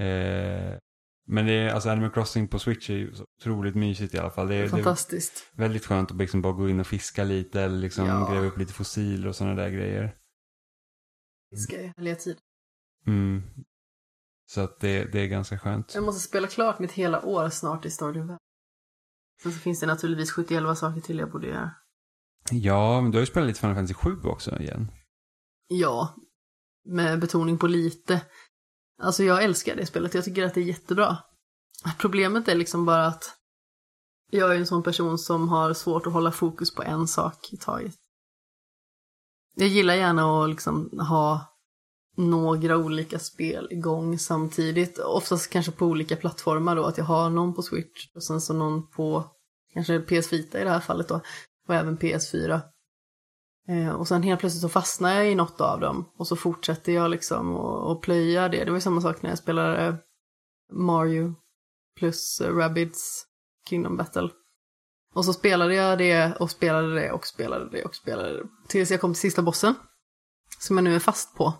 Men det är alltså Animal Crossing på Switch är ju så otroligt mysigt i alla fall. Det är fantastiskt. Det är väldigt skönt att liksom bara gå in och fiska lite eller liksom gräva upp lite fossiler och sådana där grejer. Fiska i härliga tid. Så att det är ganska skönt. Jag måste spela klart mitt hela år snart i Stardew Valley. Sen så finns det naturligtvis 71 saker till jag borde göra. Ja, men du har ju spelat lite Final Fantasy 7 också igen. Ja, med betoning på lite. Alltså jag älskar det spelet, jag tycker att det är jättebra. Problemet är liksom bara att jag är en sån person som har svårt att hålla fokus på en sak i taget. Jag gillar gärna att liksom ha några olika spel igång samtidigt. Oftast kanske på olika plattformar då. Att jag har någon på Switch och sen så någon på kanske PS Vita i det här fallet då. Och även PS4. Och sen helt plötsligt så fastnar jag i något av dem. Och så fortsätter jag liksom och plöja det. Det var ju samma sak när jag spelade Mario plus Rabbids Kingdom Battle. Och så spelade jag det och spelade det och spelade det och spelade det. Tills jag kom till sista bossen. Som jag nu är fast på.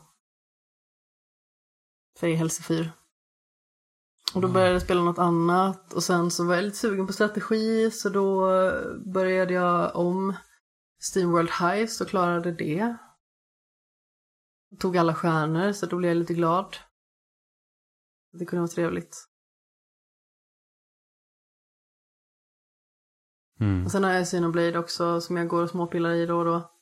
För i Helsefyr. Och då började jag spela något annat. Och sen så var jag lite sugen på strategi. Så då började jag om SteamWorld Heist och klarade det. Tog alla stjärnor så då blev jag lite glad. Det kunde vara trevligt. Och sen har jag Xenoblade också som jag går och småpillar i då och då.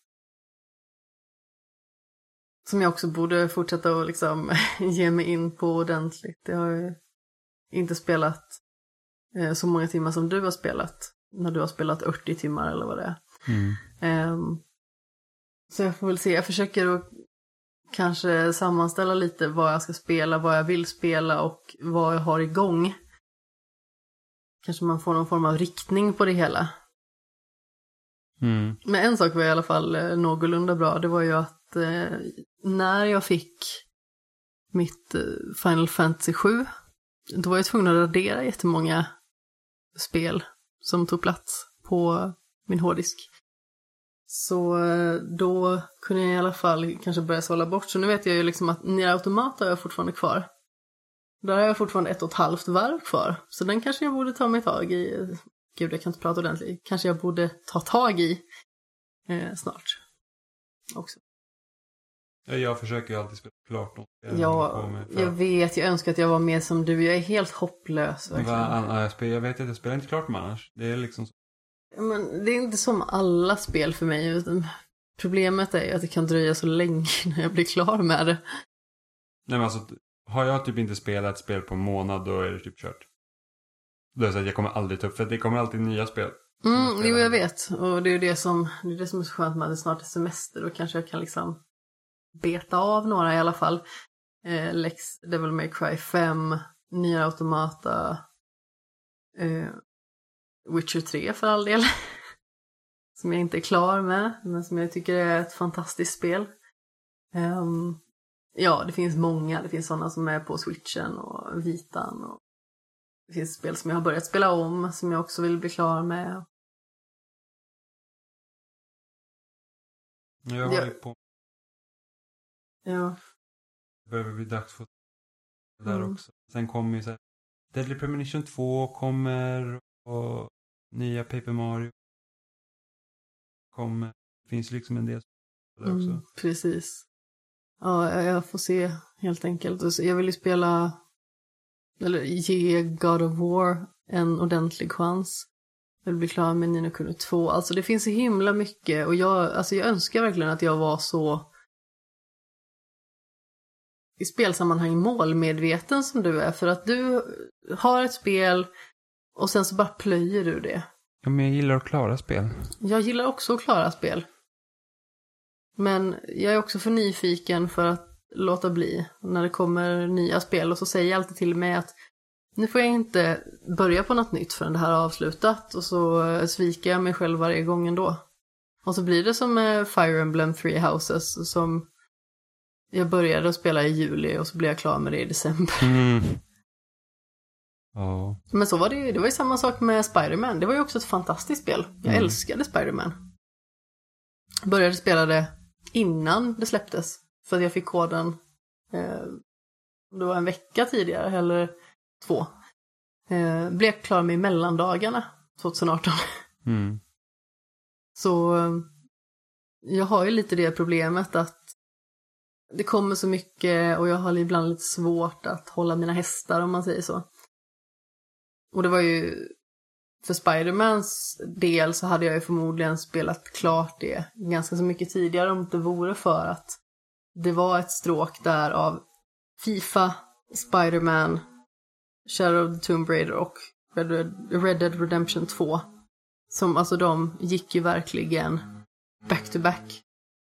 Som jag också borde fortsätta att liksom ge mig in på ordentligt. Jag har ju inte spelat så många timmar som du har spelat. När du har spelat 80 timmar eller vad det är. Så jag får väl se. Jag försöker att kanske sammanställa lite vad jag ska spela, vad jag vill spela och vad jag har igång. Kanske man får någon form av riktning på det hela. Men en sak var i alla fall någorlunda bra. Det var ju att när jag fick mitt Final Fantasy 7 då var jag tvungen att radera jättemånga spel som tog plats på min hårddisk. Så då kunde jag i alla fall kanske börja sålla bort. Så nu vet jag ju liksom att Nier Automata har jag fortfarande kvar. Där har jag fortfarande 1,5 varv kvar. Så den kanske jag borde ta mig tag i. Gud, jag kan inte prata ordentligt. Kanske jag borde ta tag i snart också. Jag försöker ju alltid spela klart något. Ja, jag vet. Jag önskar att jag var mer som du. Jag är helt hopplös. Verkligen. Jag vet att jag spelar inte klart med annars. Det är liksom så. Men det är inte som alla spel för mig. Utan problemet är att det kan dröja så länge när jag blir klar med det. Nej, men alltså, har jag typ inte spelat ett spel på en månad, då är det typ kört. Då är det så att jag kommer aldrig ta upp, för det kommer alltid nya spel. Jo, jag vet. Och det är ju det som är så skönt med att det snart är semester. Då kanske jag kan liksom beta av några i alla fall. Lex Devil May Cry 5, Nier Automata, Witcher 3 för all del. Som jag inte är klar med, men som jag tycker är ett fantastiskt spel. Ja, det finns många. Det finns sådana som är på Switchen och Vitan. Och det finns spel som jag har börjat spela om som jag också vill bli klar med. Jag håller på. Ja. Det börjar bli dags för det där också. Sen kommer ju så här, Deadly Premonition 2 kommer och nya Paper Mario kommer. Det finns liksom en del där också. Precis. Ja, jag får se helt enkelt. Jag vill ju spela, eller ge God of War en ordentlig chans. Jag vill bli klar med Ni no Kuni 2. Alltså det finns så himla mycket. Och jag önskar verkligen att jag var så i spelsammanhang målmedveten som du är. För att du har ett spel och sen så bara plöjer du det. Ja, men jag gillar att klara spel. Jag gillar också att klara spel. Men jag är också för nyfiken för att låta bli när det kommer nya spel. Och så säger jag alltid till mig att nu får jag inte börja på något nytt förrän det här är avslutat. Och så sviker jag mig själv varje gång ändå. Och så blir det som med Fire Emblem Three Houses som jag började att spela i juli och så blev jag klar med det i december. Oh. Men så var det var ju samma sak med Spider-Man. Det var ju också ett fantastiskt spel. Jag älskade Spider-Man. Började spela det innan det släpptes. För att jag fick koden det var en vecka tidigare eller 2. Blev klar med mellandagarna 2018. Så jag har ju lite det problemet att det kommer så mycket och jag har ibland lite svårt att hålla mina hästar om man säger så. Och det var ju för Spider-Mans del så hade jag ju förmodligen spelat klart det ganska så mycket tidigare om det vore för att det var ett stråk där av FIFA, Spider-Man, Shadow of the Tomb Raider och Red Dead Redemption 2. Som alltså de gick ju verkligen back to back.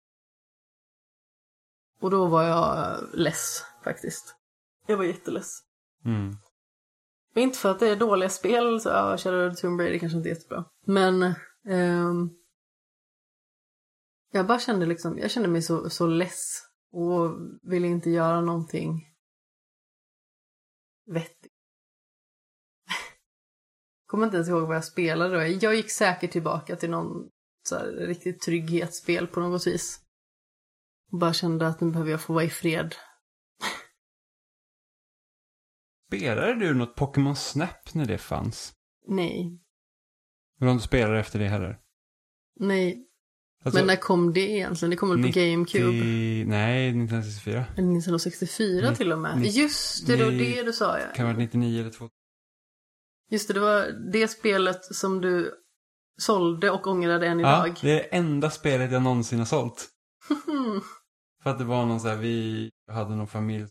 Och då var jag less faktiskt. Jag var jätteless. Mm. Inte för att det är dåliga spel, så ja, Shadow of the Tomb Raider kanske inte är jättebra. Men jag bara kände liksom, jag kände mig så less och ville inte göra någonting vettigt. Kommer inte ens ihåg vad jag spelade då. Jag gick säkert tillbaka till någon så här riktigt trygghetsspel på något vis. Och bara kände att nu behöver jag få vara i fred. Spelade du något Pokémon Snap när det fanns? Nej. Eller om du spelade efter det heller? Nej. Alltså, men när kom det egentligen? Det kom väl på GameCube? Nej, 1964. Eller 1964 till och med. Just det, då det du sa jag. Kan vara 99 eller 2000. Just det var det spelet som du sålde och ångrade än idag. Ja, det är det enda spelet jag någonsin har sålt. För att det var någon så här, vi hade någon familj.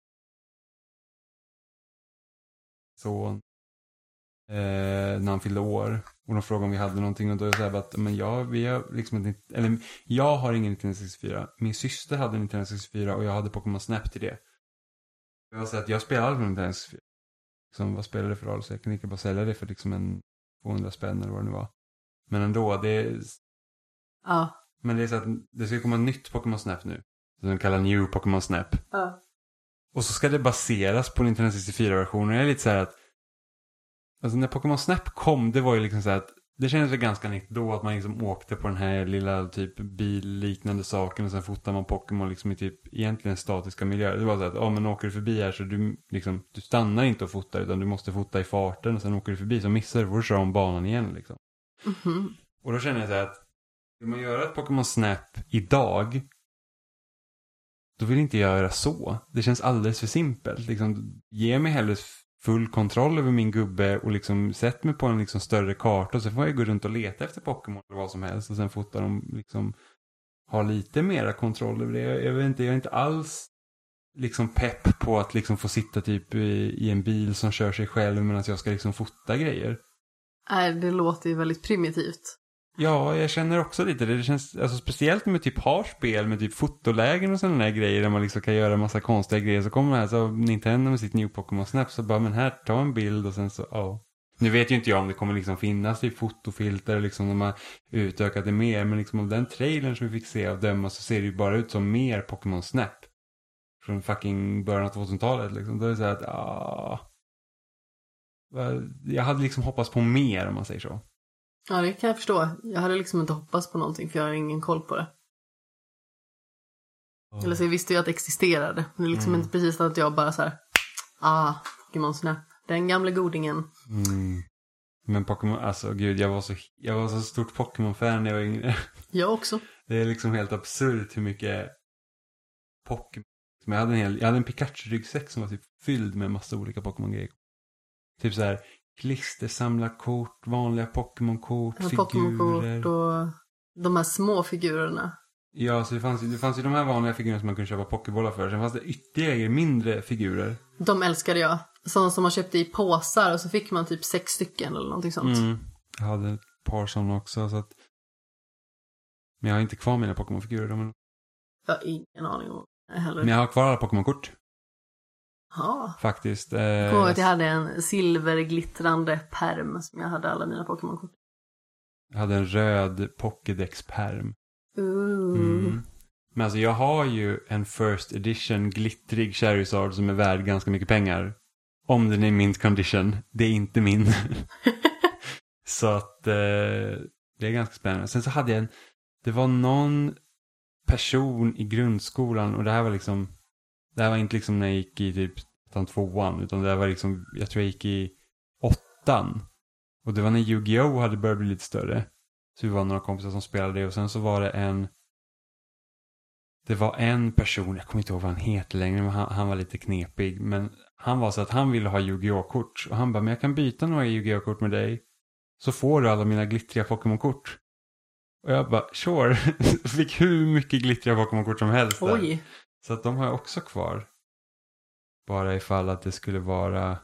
Så när han fyllde år. Och de frågade om vi hade någonting. Och då sa jag bara att men vi har liksom inte, eller jag har ingen 1964. Min syster hade en 1964 och jag hade Pokémon Snap till det. Jag var så att jag spelade aldrig med 1964. Liksom, vad spelar det för roll? Så jag kan inte bara sälja det för liksom en 200 spänn eller vad det nu var. Men ändå, det är... Ja. Men det är så att det ska komma nytt Pokémon Snap nu. Som de kallar New Pokémon Snap. Ja. Och så ska det baseras på Nintendo 64-versionen. Jag är lite så här att... Alltså när Pokémon Snap kom, det var ju liksom så här att... Det kändes väl ganska nytt då att man liksom åkte på den här lilla typ billiknande saken. Och sen fotar man Pokémon liksom i typ egentligen statiska miljöer. Det var så att, men åker du förbi här så du stannar inte och fotar. Utan du måste fota i farten och sen åker du förbi. Så missar du får du köra om banan igen liksom. Mm-hmm. Och då känner jag så här att... Vill man göra ett Pokémon Snap idag... Då vill inte jag göra så. Det känns alldeles för simpelt. Liksom, ge mig hellre full kontroll över min gubbe och liksom sätt mig på en liksom större karta. Och så får jag gå runt och leta efter Pokémon eller vad som helst. Och sen fotar de liksom ha lite mera kontroll över det. Jag vet inte, jag är inte alls liksom pepp på att liksom få sitta typ i en bil som kör sig själv medan jag ska liksom fota grejer. Nej, det låter ju väldigt primitivt. Ja, jag känner också lite det. Det känns, alltså speciellt med typ har spel med typ fotolägen och sådana där grejer där man liksom kan göra en massa konstiga grejer. Så kommer det här så Nintendo med sitt New Pokémon Snap så bara, men här, ta en bild och sen så, ja. Nu vet ju inte jag om det kommer liksom finnas typ fotofilter liksom de har utökat det mer. Men liksom av den trailern som vi fick se av döma så ser det ju bara ut som mer Pokémon Snap. Från fucking början av 2000-talet liksom. Då är det så här att, jag hade liksom hoppats på mer om man säger så. Ja, det kan jag förstå. Jag hade liksom inte hoppats på någonting för jag har ingen koll på det. Eller så jag visste ju att det existerade. Men det är liksom inte precis att jag bara så här, Pokémon Snap. Den gamla godingen. Men Pokémon, alltså gud, jag var så stort Pokémon-fan när jag var yngre. Jag också. Det är liksom helt absurt hur mycket Pokémon. Jag hade en Pikachu-ryggsäck som var typ fylld med massa olika Pokémon-grejer. Typ så här klistersamlarkort, vanliga Pokémon-kort, figurer. Pokémon-kort och de här små figurerna. Ja, så det fanns ju de här vanliga figurerna som man kunde köpa pokébollar för. Sen fanns det ytterligare mindre figurer. De älskade jag. Sådana som man köpte i påsar och så fick man typ 6 stycken eller någonting sånt. Jag hade ett par sådana också. Så att... Men jag har inte kvar mina Pokémon-figurer. Jag har ingen aning om det heller. Men jag har kvar alla Pokémon-kort. Ja. Faktiskt. Jag kommer ihåg att jag hade en silverglittrande perm som jag hade alla mina Pokémon-kort. Jag hade en röd Pokédex-perm. Mm. Men alltså jag har ju en first edition glittrig Charizard som är värd ganska mycket pengar. Om den är mint condition. Det är inte min. Så att det är ganska spännande. Sen så hade jag det var någon person i grundskolan och det här var inte liksom när jag gick i typ 2:an utan det var liksom, jag tror jag gick i 8:an. Och det var när Yu-Gi-Oh hade börjat bli lite större. Så vi var några kompisar som spelade det och sen så var det var en person, jag kommer inte ihåg vad han heter längre, men han var lite knepig. Men han var så att han ville ha Yu-Gi-Oh-kort. Och han bara, men jag kan byta några Yu-Gi-Oh-kort med dig. så får du alla mina glittriga Pokémon-kort. Och jag bara, sure. Fick hur mycket glittriga Pokémon-kort som helst där. Oj. Så att de har jag också kvar. Bara ifall att det skulle vara...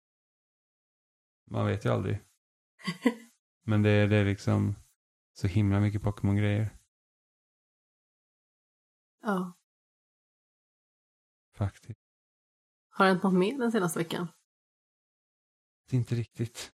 Man vet ju aldrig. Men det är liksom så himla mycket Pokémon-grejer. Ja. Faktiskt. Har det hänt något mer den senaste veckan? Det är inte riktigt.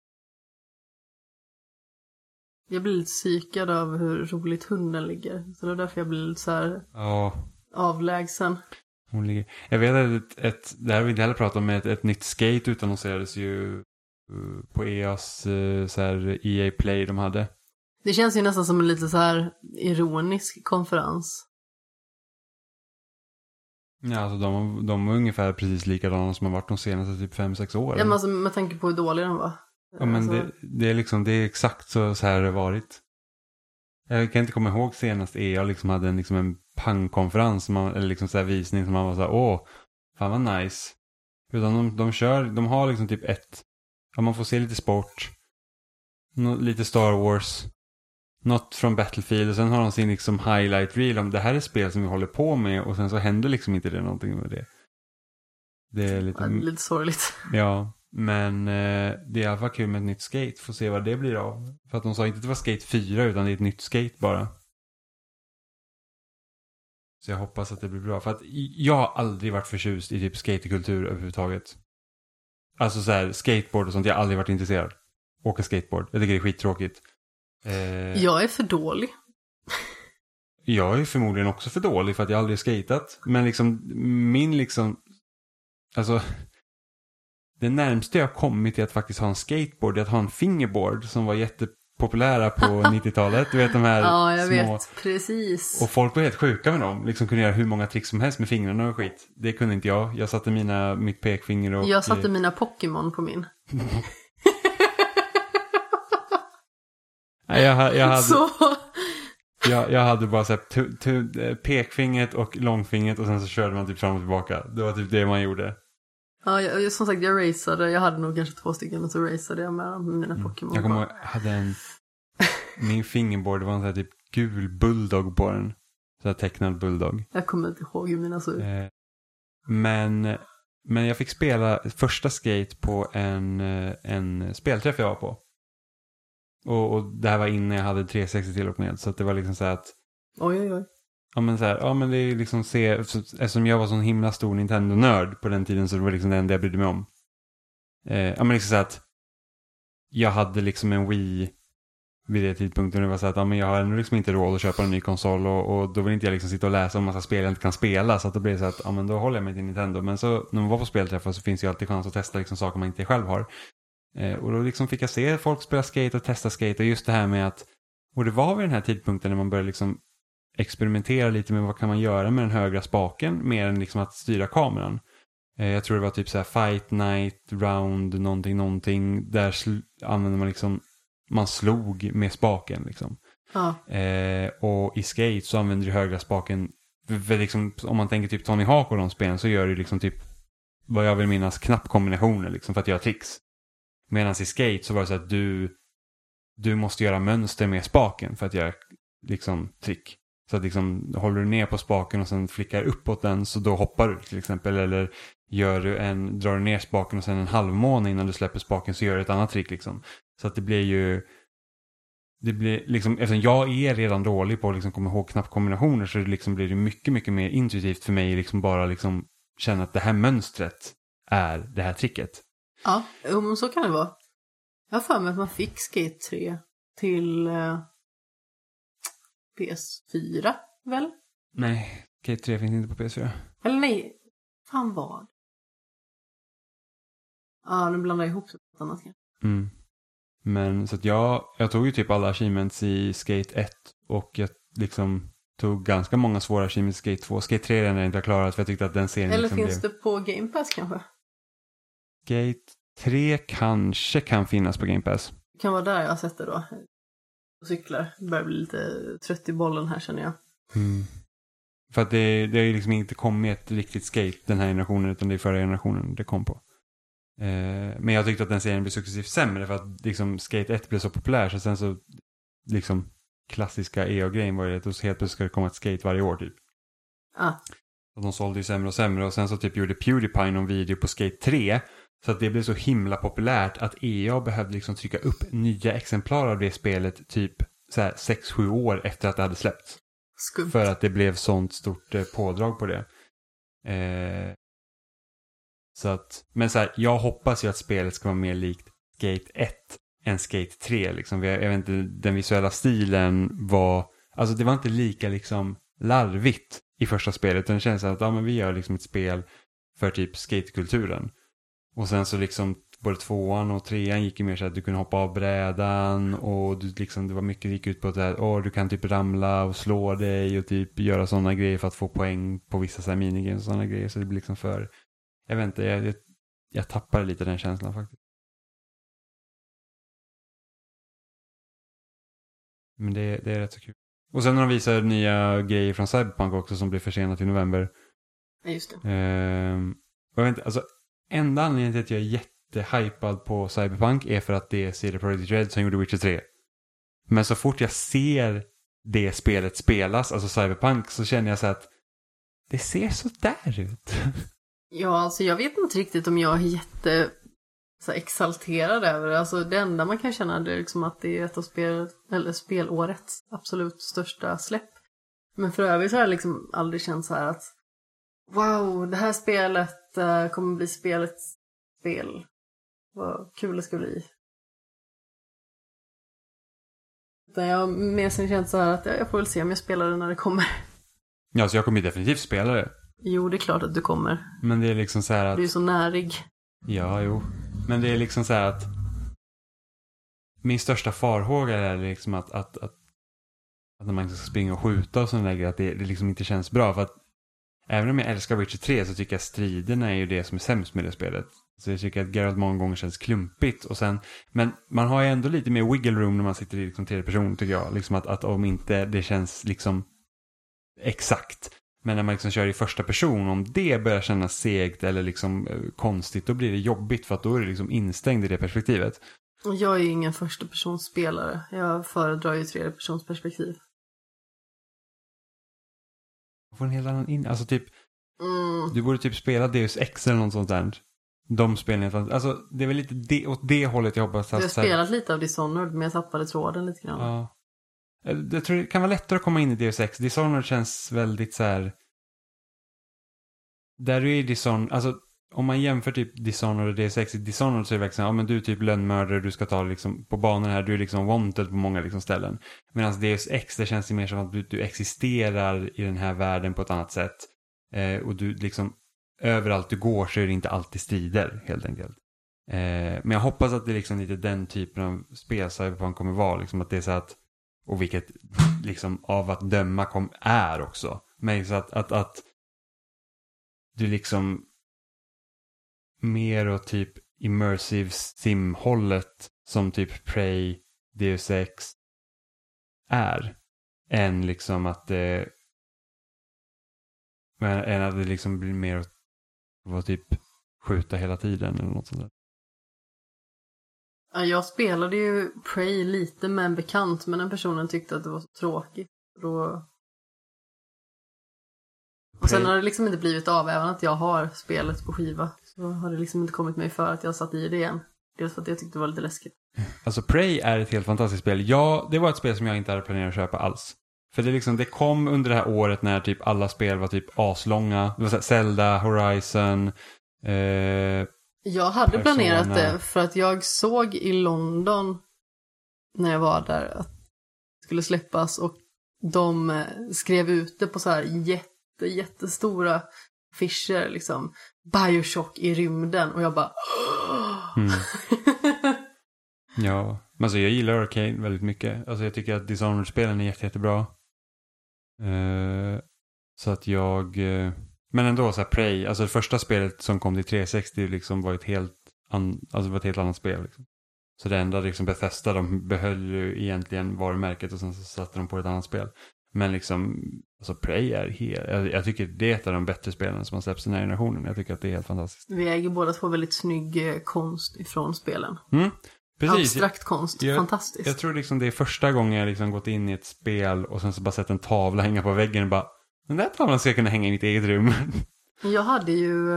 Jag blir lite psykad av hur roligt hunden ligger. Så det är därför jag blir lite så här Ja. avlägsen. Hon ligger... Jag vet att det här har vi inte heller pratat om, men ett nytt skate utannonserades ju på EAs så här EA Play de hade. Det känns ju nästan som en lite så här ironisk konferens. Ja, alltså de är ungefär precis likadana som har varit de senaste typ 5-6 åren. Ja, men alltså, med tanke på hur dålig den var. Ja, men alltså... det är liksom, det är exakt så här det har varit. Jag kan inte komma ihåg senast EA liksom hade en pangkonferens eller liksom så här visning som man var så här, åh, fan vad nice. Utan de har liksom typ man får se lite sport, lite Star Wars, något från Battlefield, och sen har de sin liksom highlight reel om det här är spel som vi håller på med, och sen så händer liksom inte det någonting med det. Det är lite sorgligt. Ja, men det är i alla fall kul med ett nytt skate. Får se vad det blir av. För att de sa inte att det var skate 4, utan det är ett nytt skate bara. Så jag hoppas att det blir bra. För att jag har aldrig varit förtjust i typ skaterkultur överhuvudtaget. Alltså så här, skateboard och sånt, jag har aldrig varit intresserad. Åka skateboard, jag tycker det är skittråkigt. Jag är för dålig. Jag är förmodligen också för dålig för att jag aldrig har skatat. Men liksom alltså det närmaste jag har kommit till att faktiskt ha en skateboard är att ha en fingerboard som var jättepopulära på 90-talet. Du vet de här ja, jag små... vet, precis. Och folk var helt sjuka med dem. Liksom kunde göra hur många tricks som helst med fingrarna och skit. Det kunde inte jag. Jag satte mitt pekfinger och... Jag satte mina Pokémon på min. Nej, jag hade... Så... Jag hade bara så här pekfingret och långfingret, och sen så körde man typ fram och tillbaka. Det var typ det man gjorde. Ja, som sagt, jag raceade. Jag hade nog kanske 2 stycken, och så raceade jag med mina Pokémon. Jag kommer ihåg, hade min fingerboard, det var en sån här typ gul bulldog på den. Så här tecknad bulldog. Jag kommer inte ihåg hur mina såg ut. Men jag fick spela första skate på en spelträff jag var på. Och det här var innan jag hade 360 till och med. Så att det var liksom så här att... Oj. Ja, men så här, ja, men det är liksom eftersom jag var sån himla stor Nintendo-nörd på den tiden, så det var liksom det enda jag brydde mig om. Ja, men liksom så att jag hade liksom en Wii vid det tidpunkten. Det var så att, ja, men jag har ändå liksom inte råd att köpa en ny konsol, och då vill inte jag liksom sitta och läsa om massa spel jag inte kan spela. Så att det blir så att, ja, men då håller jag mig till Nintendo. Men så när man var på spelträffar så finns ju alltid chans att testa liksom saker man inte själv har. Och då liksom fick jag se folk spela skate och testa skate, och just det här med att, och det var vid den här tidpunkten när man började liksom experimentera lite med vad kan man göra med den högra spaken mer än liksom att styra kameran. Jag tror det var typ så här Fight Night, Round, någonting. Där använde man liksom, man slog med spaken liksom. Ja. Och i skate så använder du högra spaken, för liksom, om man tänker typ Tony Hawk och de spelen, så gör du liksom typ, vad jag vill minnas, knappkombinationer liksom för att göra tricks. Medan i skate så var det så att du måste göra mönster med spaken för att göra liksom trick. Så att liksom, håller du ner på spaken och sen flickar uppåt den, så då hoppar du till exempel. Eller drar du ner spaken och sen en halvmåne innan du släpper spaken, så gör du ett annat trick liksom. Så att det blir liksom, eftersom jag är redan dålig på att liksom komma ihåg knappkombinationer, så liksom blir det mycket, mycket mer intuitivt för mig liksom bara liksom känna att det här mönstret är det här tricket. Ja, men så kan det vara. Jag har för mig att man fick Skate 3 till PS4, väl? Nej, Skate 3 finns inte på PS4. Eller nej, fan vad? Ja, nu blandar jag ihop det på annat kanske. Mm. Men så att jag tog ju typ alla achievements i Skate 1, och jag liksom tog ganska många svåra achievements i Skate 2. Skate 3 är den jag inte har klarat, för jag tyckte att den serien eller liksom finns det på Game Pass kanske? Skate 3 kanske kan finnas på Game Pass. Det kan vara där jag har sett det då. Och cyklar. Jag börjar bli lite trött i bollen här, känner jag. Mm. För att det har ju liksom inte kommit ett riktigt skate den här generationen, utan det är förra generationen det kom på. Men jag tyckte att den serien blev successivt sämre för att liksom Skate 1 blev så populär så sen så liksom klassiska EA-grejen var ju att helt plötsligt ska det komma ett Skate varje år typ. Och de sålde ju sämre och sämre och sen så typ gjorde PewDiePie någon video på Skate 3 så att det blev så himla populärt att EA behövde liksom trycka upp nya exemplar av det spelet typ så här 6-7 år efter att det hade släppts. Skumt. För att det blev sånt stort pådrag på det. Så att, men så här, jag hoppas ju att spelet ska vara mer likt Skate 1 än Skate 3 liksom. Jag vet inte, den visuella stilen var, alltså det var inte lika liksom larvigt i första spelet, utan det känns att ja, men vi gör liksom ett spel för typ skatekulturen. Och sen så liksom både 2:an och 3:an gick ju mer så att du kunde hoppa av brädan och du liksom, det var mycket gick ut på att du kan typ ramla och slå dig och typ göra sådana grejer för att få poäng på vissa så här minigames och sådana grejer, så det blir liksom för, jag vet inte, jag tappar lite den känslan faktiskt. Men det är rätt så kul. Och sen när de visar nya grejer från Cyberpunk också som blir försenat i november. Ja, just det. Och jag vet inte, alltså enda anledningen till att jag är jättehypad på Cyberpunk är för att det är CD Projekt Red som gjorde Witcher 3. Men så fort jag ser det spelet spelas, alltså Cyberpunk, så känner jag så att det ser så där ut. Ja, alltså jag vet inte riktigt om jag är så exalterad över det. Alltså det enda man kan känna är liksom att det är ett av spelårets absolut största släpp. Men för övrigt så har jag liksom aldrig känt så här att wow, det här spelet kommer bli spelets spel. Vad kul det ska bli. Utan jag har mer sen känt så här att jag får väl se om jag spelar det när det kommer. Ja, så jag kommer definitivt spela det. Jo, det är klart att du kommer. Men det är liksom så här att... Du är så närig. Ja, jo. Men det är liksom så här att min största farhåga är liksom att när man ska springa och skjuta och sådana grejer, att det liksom inte känns bra. För att även om jag älskar Witcher 3 så tycker jag striderna är ju det som är sämst med det spelet. Så jag tycker att Geralt många gånger känns klumpigt. Och sen, men man har ju ändå lite mer wiggle room när man sitter i liksom tredje person, tycker jag. Liksom att om inte det känns liksom exakt. Men när man liksom kör i första person, om det börjar kännas segt eller liksom konstigt, då blir det jobbigt för att då är det liksom instängd i det perspektivet. Jag är ju ingen första persons spelare. Jag föredrar ju tredje persons perspektiv. Får en helt annan alltså typ du borde typ spela Deus Ex eller något sånt där. De spelningarna, alltså det är väl lite åt det hållet jag hoppas. Jag har spelat lite av Dishonored, men jag tappade tråden lite grann. Ja. Jag tror det kan vara lättare att komma in i Deus Ex. Dishonored känns väldigt så här. Där är Dishonored, alltså om man jämför typ Dishonored och Deus Ex, i Dishonored så är det verkligen, ja men du är typ lönnmördare, du ska ta liksom på banan här, du är liksom wanted på många liksom ställen. Medan Deus Ex, det känns ju mer som att du existerar i den här världen på ett annat sätt. Och du liksom, överallt du går så är det inte alltid strider, helt enkelt. Men jag hoppas att det är liksom lite den typen av spel Cyberpunk kommer vara, liksom att det är så att, och vilket liksom av att döma är också. Men så att du liksom mer åt typ immersive sim-hållet som typ Prey, Deus Ex är. Än liksom att det liksom blir mer att vara typ skjuta hela tiden eller något sånt där. Ja, jag spelade ju Prey lite med en bekant, men den personen tyckte att det var så tråkigt. Och sen har det liksom inte blivit av, även att jag har spelet på skiva. Så har det liksom inte kommit mig för att jag satt i det igen. Dels för att jag tyckte det var lite läskigt. Alltså Prey är ett helt fantastiskt spel. Ja, det var ett spel som jag inte hade planerat att köpa alls. För det kom under det här året när typ alla spel var typ aslånga. Det var så här Zelda, Horizon, jag hade Persona. planerat det för att jag såg i London när jag var där att det skulle släppas, och de skrev ut det på så här jättestora affischer liksom, BioShock i rymden, och jag bara Ja, men alltså jag gillar Arcane väldigt mycket. Alltså jag tycker att Dishonored-spelen är jättebra. Så att men ändå så här Prey, alltså det första spelet som kom till 360 liksom var ett helt annat spel liksom. Så det enda liksom Bethesda, de behöll ju egentligen varumärket och sen så satte de på ett annat spel. Men liksom Alltså Prey är helt... Jag tycker det är ett av de bättre spelen som har släppts i den här generationen. Jag tycker att det är helt fantastiskt. Vi äger båda två väldigt snygg konst ifrån spelen. Precis. Abstrakt konst, fantastiskt. Jag tror liksom det är första gången jag liksom gått in i ett spel och sen så bara sett en tavla hänga på väggen och bara, den där tavlan ska jag kunna hänga i mitt eget rum. Jag hade ju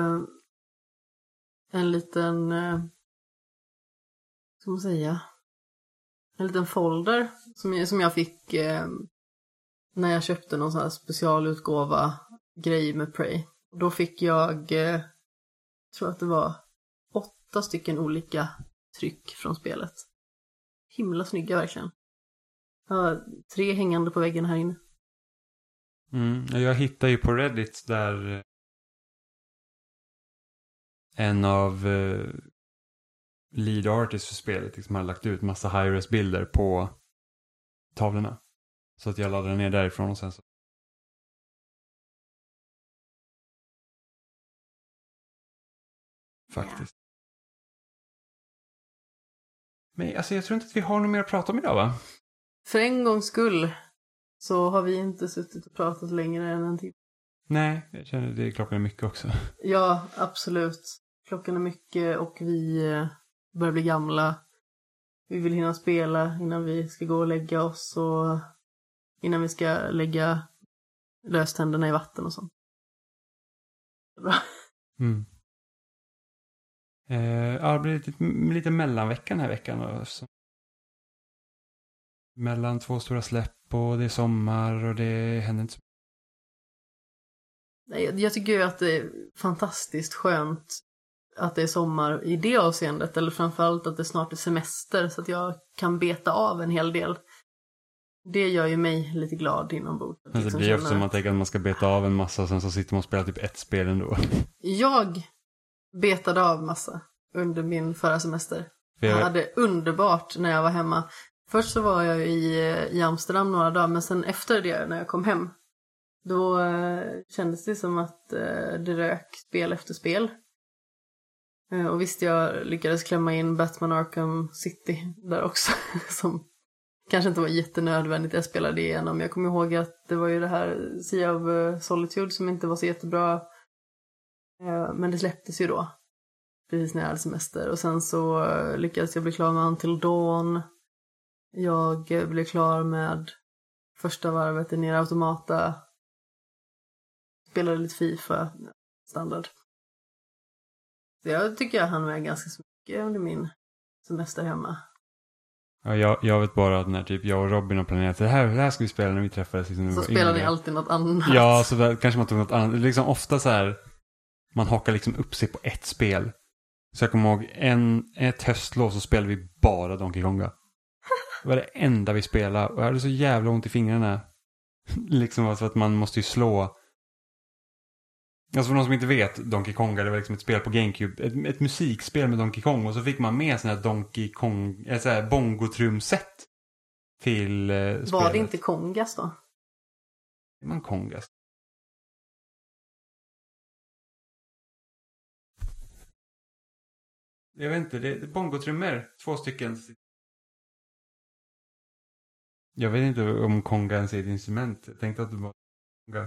en liten, ska man säga, en liten folder som jag fick när jag köpte någon sån här specialutgåva grej med Prey. Då fick jag, tror att det var 8 stycken olika tryck från spelet. Himla snygga verkligen. Jag har 3 hängande på väggen här inne. Jag hittar ju på Reddit där en av lead artists för spelet liksom har lagt ut massa high-res bilder på tavlorna. Så att jag laddar ner därifrån och sen så. Faktiskt. Men alltså jag tror inte att vi har något mer att prata om idag, va? För en gångs skull så har vi inte suttit och pratat längre än en timme. Nej, jag känner det klockan är mycket också. Ja, absolut. Klockan är mycket och vi börjar bli gamla. Vi vill hinna spela innan vi ska gå och lägga oss och innan vi ska lägga löständerna i vatten och sånt. Bra. Ja, det blir lite mellanveckan den här veckan då. Så. Mellan 2 stora släpp och det är sommar och det händer inte så. Jag tycker ju att det är fantastiskt skönt att det är sommar i det avseendet. Eller framförallt att det snart är semester så att jag kan beta av en hel del. Det gör ju mig lite glad inombords. Men det blir ju eftersom man tänker att man ska beta av en massa och sen så sitter man och spelar typ ett spel ändå. Jag betade av massa under min förra semester. Jag hade underbart när jag var hemma. Först så var jag i Amsterdam några dagar, men sen efter det när jag kom hem då kändes det som att det rök spel efter spel. Och visst, jag lyckades klämma in Batman Arkham City där också som kanske inte var jättenödvändigt. Jag spelade igenom. Jag kommer ihåg att det var ju det här Sea of Solitude som inte var så jättebra. Men det släpptes ju då. Precis när jag hade semester. Och sen så lyckades jag bli klar med Until Dawn. Jag blev klar med första varvet i Nier Automata. Spelade lite FIFA. Standard. Så jag tycker jag hann med ganska mycket under min semester hemma. Ja, jag vet bara att när typ jag och Robin har planerat det här ska vi spela när vi träffades. Liksom, så spelar ni alltid något annat. Ja, så där, kanske man tog något annat. Liksom ofta så här, man hakar liksom upp sig på ett spel. Så jag kommer ihåg ett höstlov så spelade vi bara Donkey Konga. Det var det enda vi spelade. Och jag hade så jävla ont i fingrarna. Liksom alltså att man måste ju slå. Alltså för någon som inte vet, Donkey Konga, det var liksom ett spel på GameCube. Ett musikspel med Donkey Kong. Och så fick man med sån här Donkey Kong, ett så här bongotrumset till spelet. Var det inte Kongas då? Det var en Kongas. Jag vet inte, det är bongotrummor. 2 stycken. Jag vet inte om Konga ens är ett instrument. Jag tänkte att det var Konga.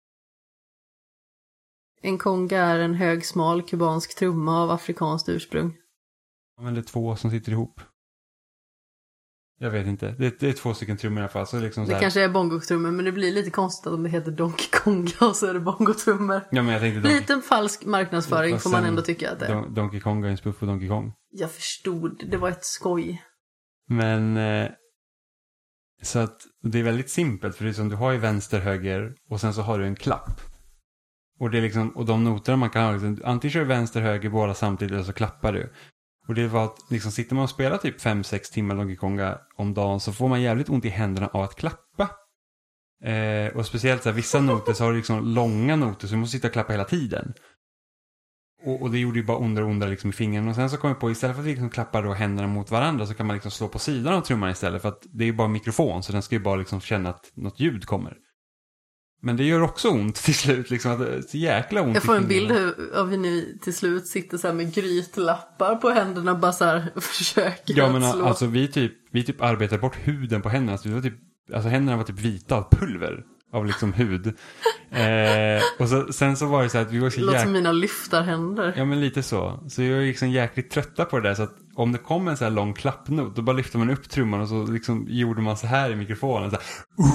En konga är en hög, smal kubansk trumma av afrikanskt ursprung. Ja, men det är 2 som sitter ihop. Jag vet inte. Det är 2 stycken trummor i alla fall. Så liksom så det här. Kanske är bongotrummor, men det blir lite konstigt om det heter Donkey Konga och så är det bongotrummor. Ja, men jag tänkte liten falsk marknadsföring får man ändå tycka att det är. Donkey Konga är en spuff på Donkey Kong. Jag förstod. Det var ett skoj. Men så att det är väldigt simpelt. För det är som du har ju vänster, höger och sen så har du en klapp. Och det är liksom, och de noter man kan ha liksom, antingen kör vänster, höger båda samtidigt eller så klappar du. Och det var att liksom, sitter man och spelar typ 5-6 timmar Donkey Konga om dagen så får man jävligt ont i händerna av att klappa. Och speciellt så här, vissa noter så har du liksom långa noter så du måste sitta och klappa hela tiden. Och det gjorde ju bara ondare och ondare liksom i fingrarna. Och sen så kom jag på, istället för att vi liksom klappar då händerna mot varandra så kan man liksom slå på sidan av trumman istället. För att det är ju bara mikrofon så den ska ju bara liksom känna att något ljud kommer. Men det gör också ont till slut liksom, att det är så jäkla ont. Jag får en bild av hur ni till slut sitter så här med grytlappar på händerna bara så här försöker ja, men slå. Alltså vi typ arbetar bort huden på händerna. Så det var typ, alltså händerna var typ vita av pulver av liksom hud. Och sen så var det så att vi var så låter som mina lyftarhänder. Ja, men lite så. Så jag är liksom jäkligt trötta på det där. Så att om det kom en så här lång klappnot, då bara lyfte man upp trumman och så liksom gjorde man så här i mikrofonen. Så här,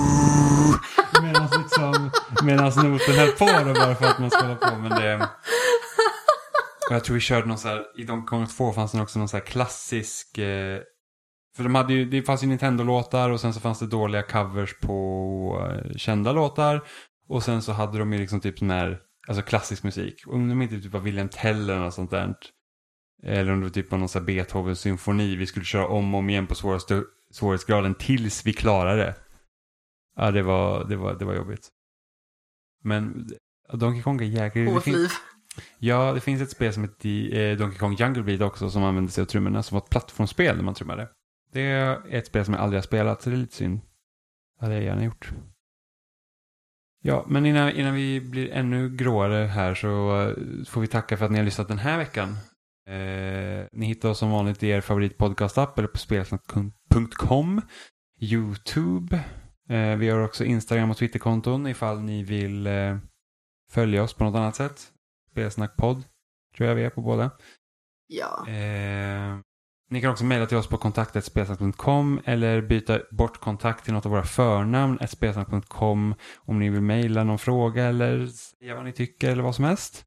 medan noten höll på då, bara för att man skulle hålla på. Men det... Och jag tror vi körde någon så här, i Donkey Kong 2 fanns det också någon så här klassisk... För det fanns ju Nintendo-låtar och sen så fanns det dåliga covers på kända låtar. Och sen så hade de ju liksom typ sån här, alltså klassisk musik. Och om de inte typ var William Tell eller något sånt där. Eller om det var typ någon sån här Beethoven-symfoni. Vi skulle köra om och om igen på svårighetsgraden tills vi klarade det. Ja, det var jobbigt. Men Donkey Kong är jäkligt... Hårt-liv. Ja, det finns ett spel som heter Donkey Kong Jungle Beat också som använde sig av trummorna som var ett plattformsspel när man trummade. Det är ett spel som jag aldrig har spelat så det är lite synd. Det hade jag gärna gjort. Ja, men innan vi blir ännu gråare här så får vi tacka för att ni har lyssnat den här veckan. Ni hittar oss som vanligt i er favoritpodcast-app eller på spelsnack.com, YouTube. Vi har också Instagram och Twitterkonton ifall ni vill följa oss på något annat sätt. Spelsnackpodd tror jag vi är på båda. Ja. Ni kan också mejla till oss på kontakt@spelsnack.com eller byta bort kontakt till något av våra förnamn @spelsnack.com om ni vill mejla någon fråga eller säga vad ni tycker eller vad som helst.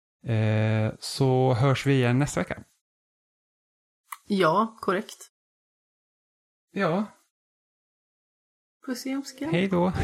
Så hörs vi igen nästa vecka. Ja, korrekt. Ja. Puss i omskam. Hej då.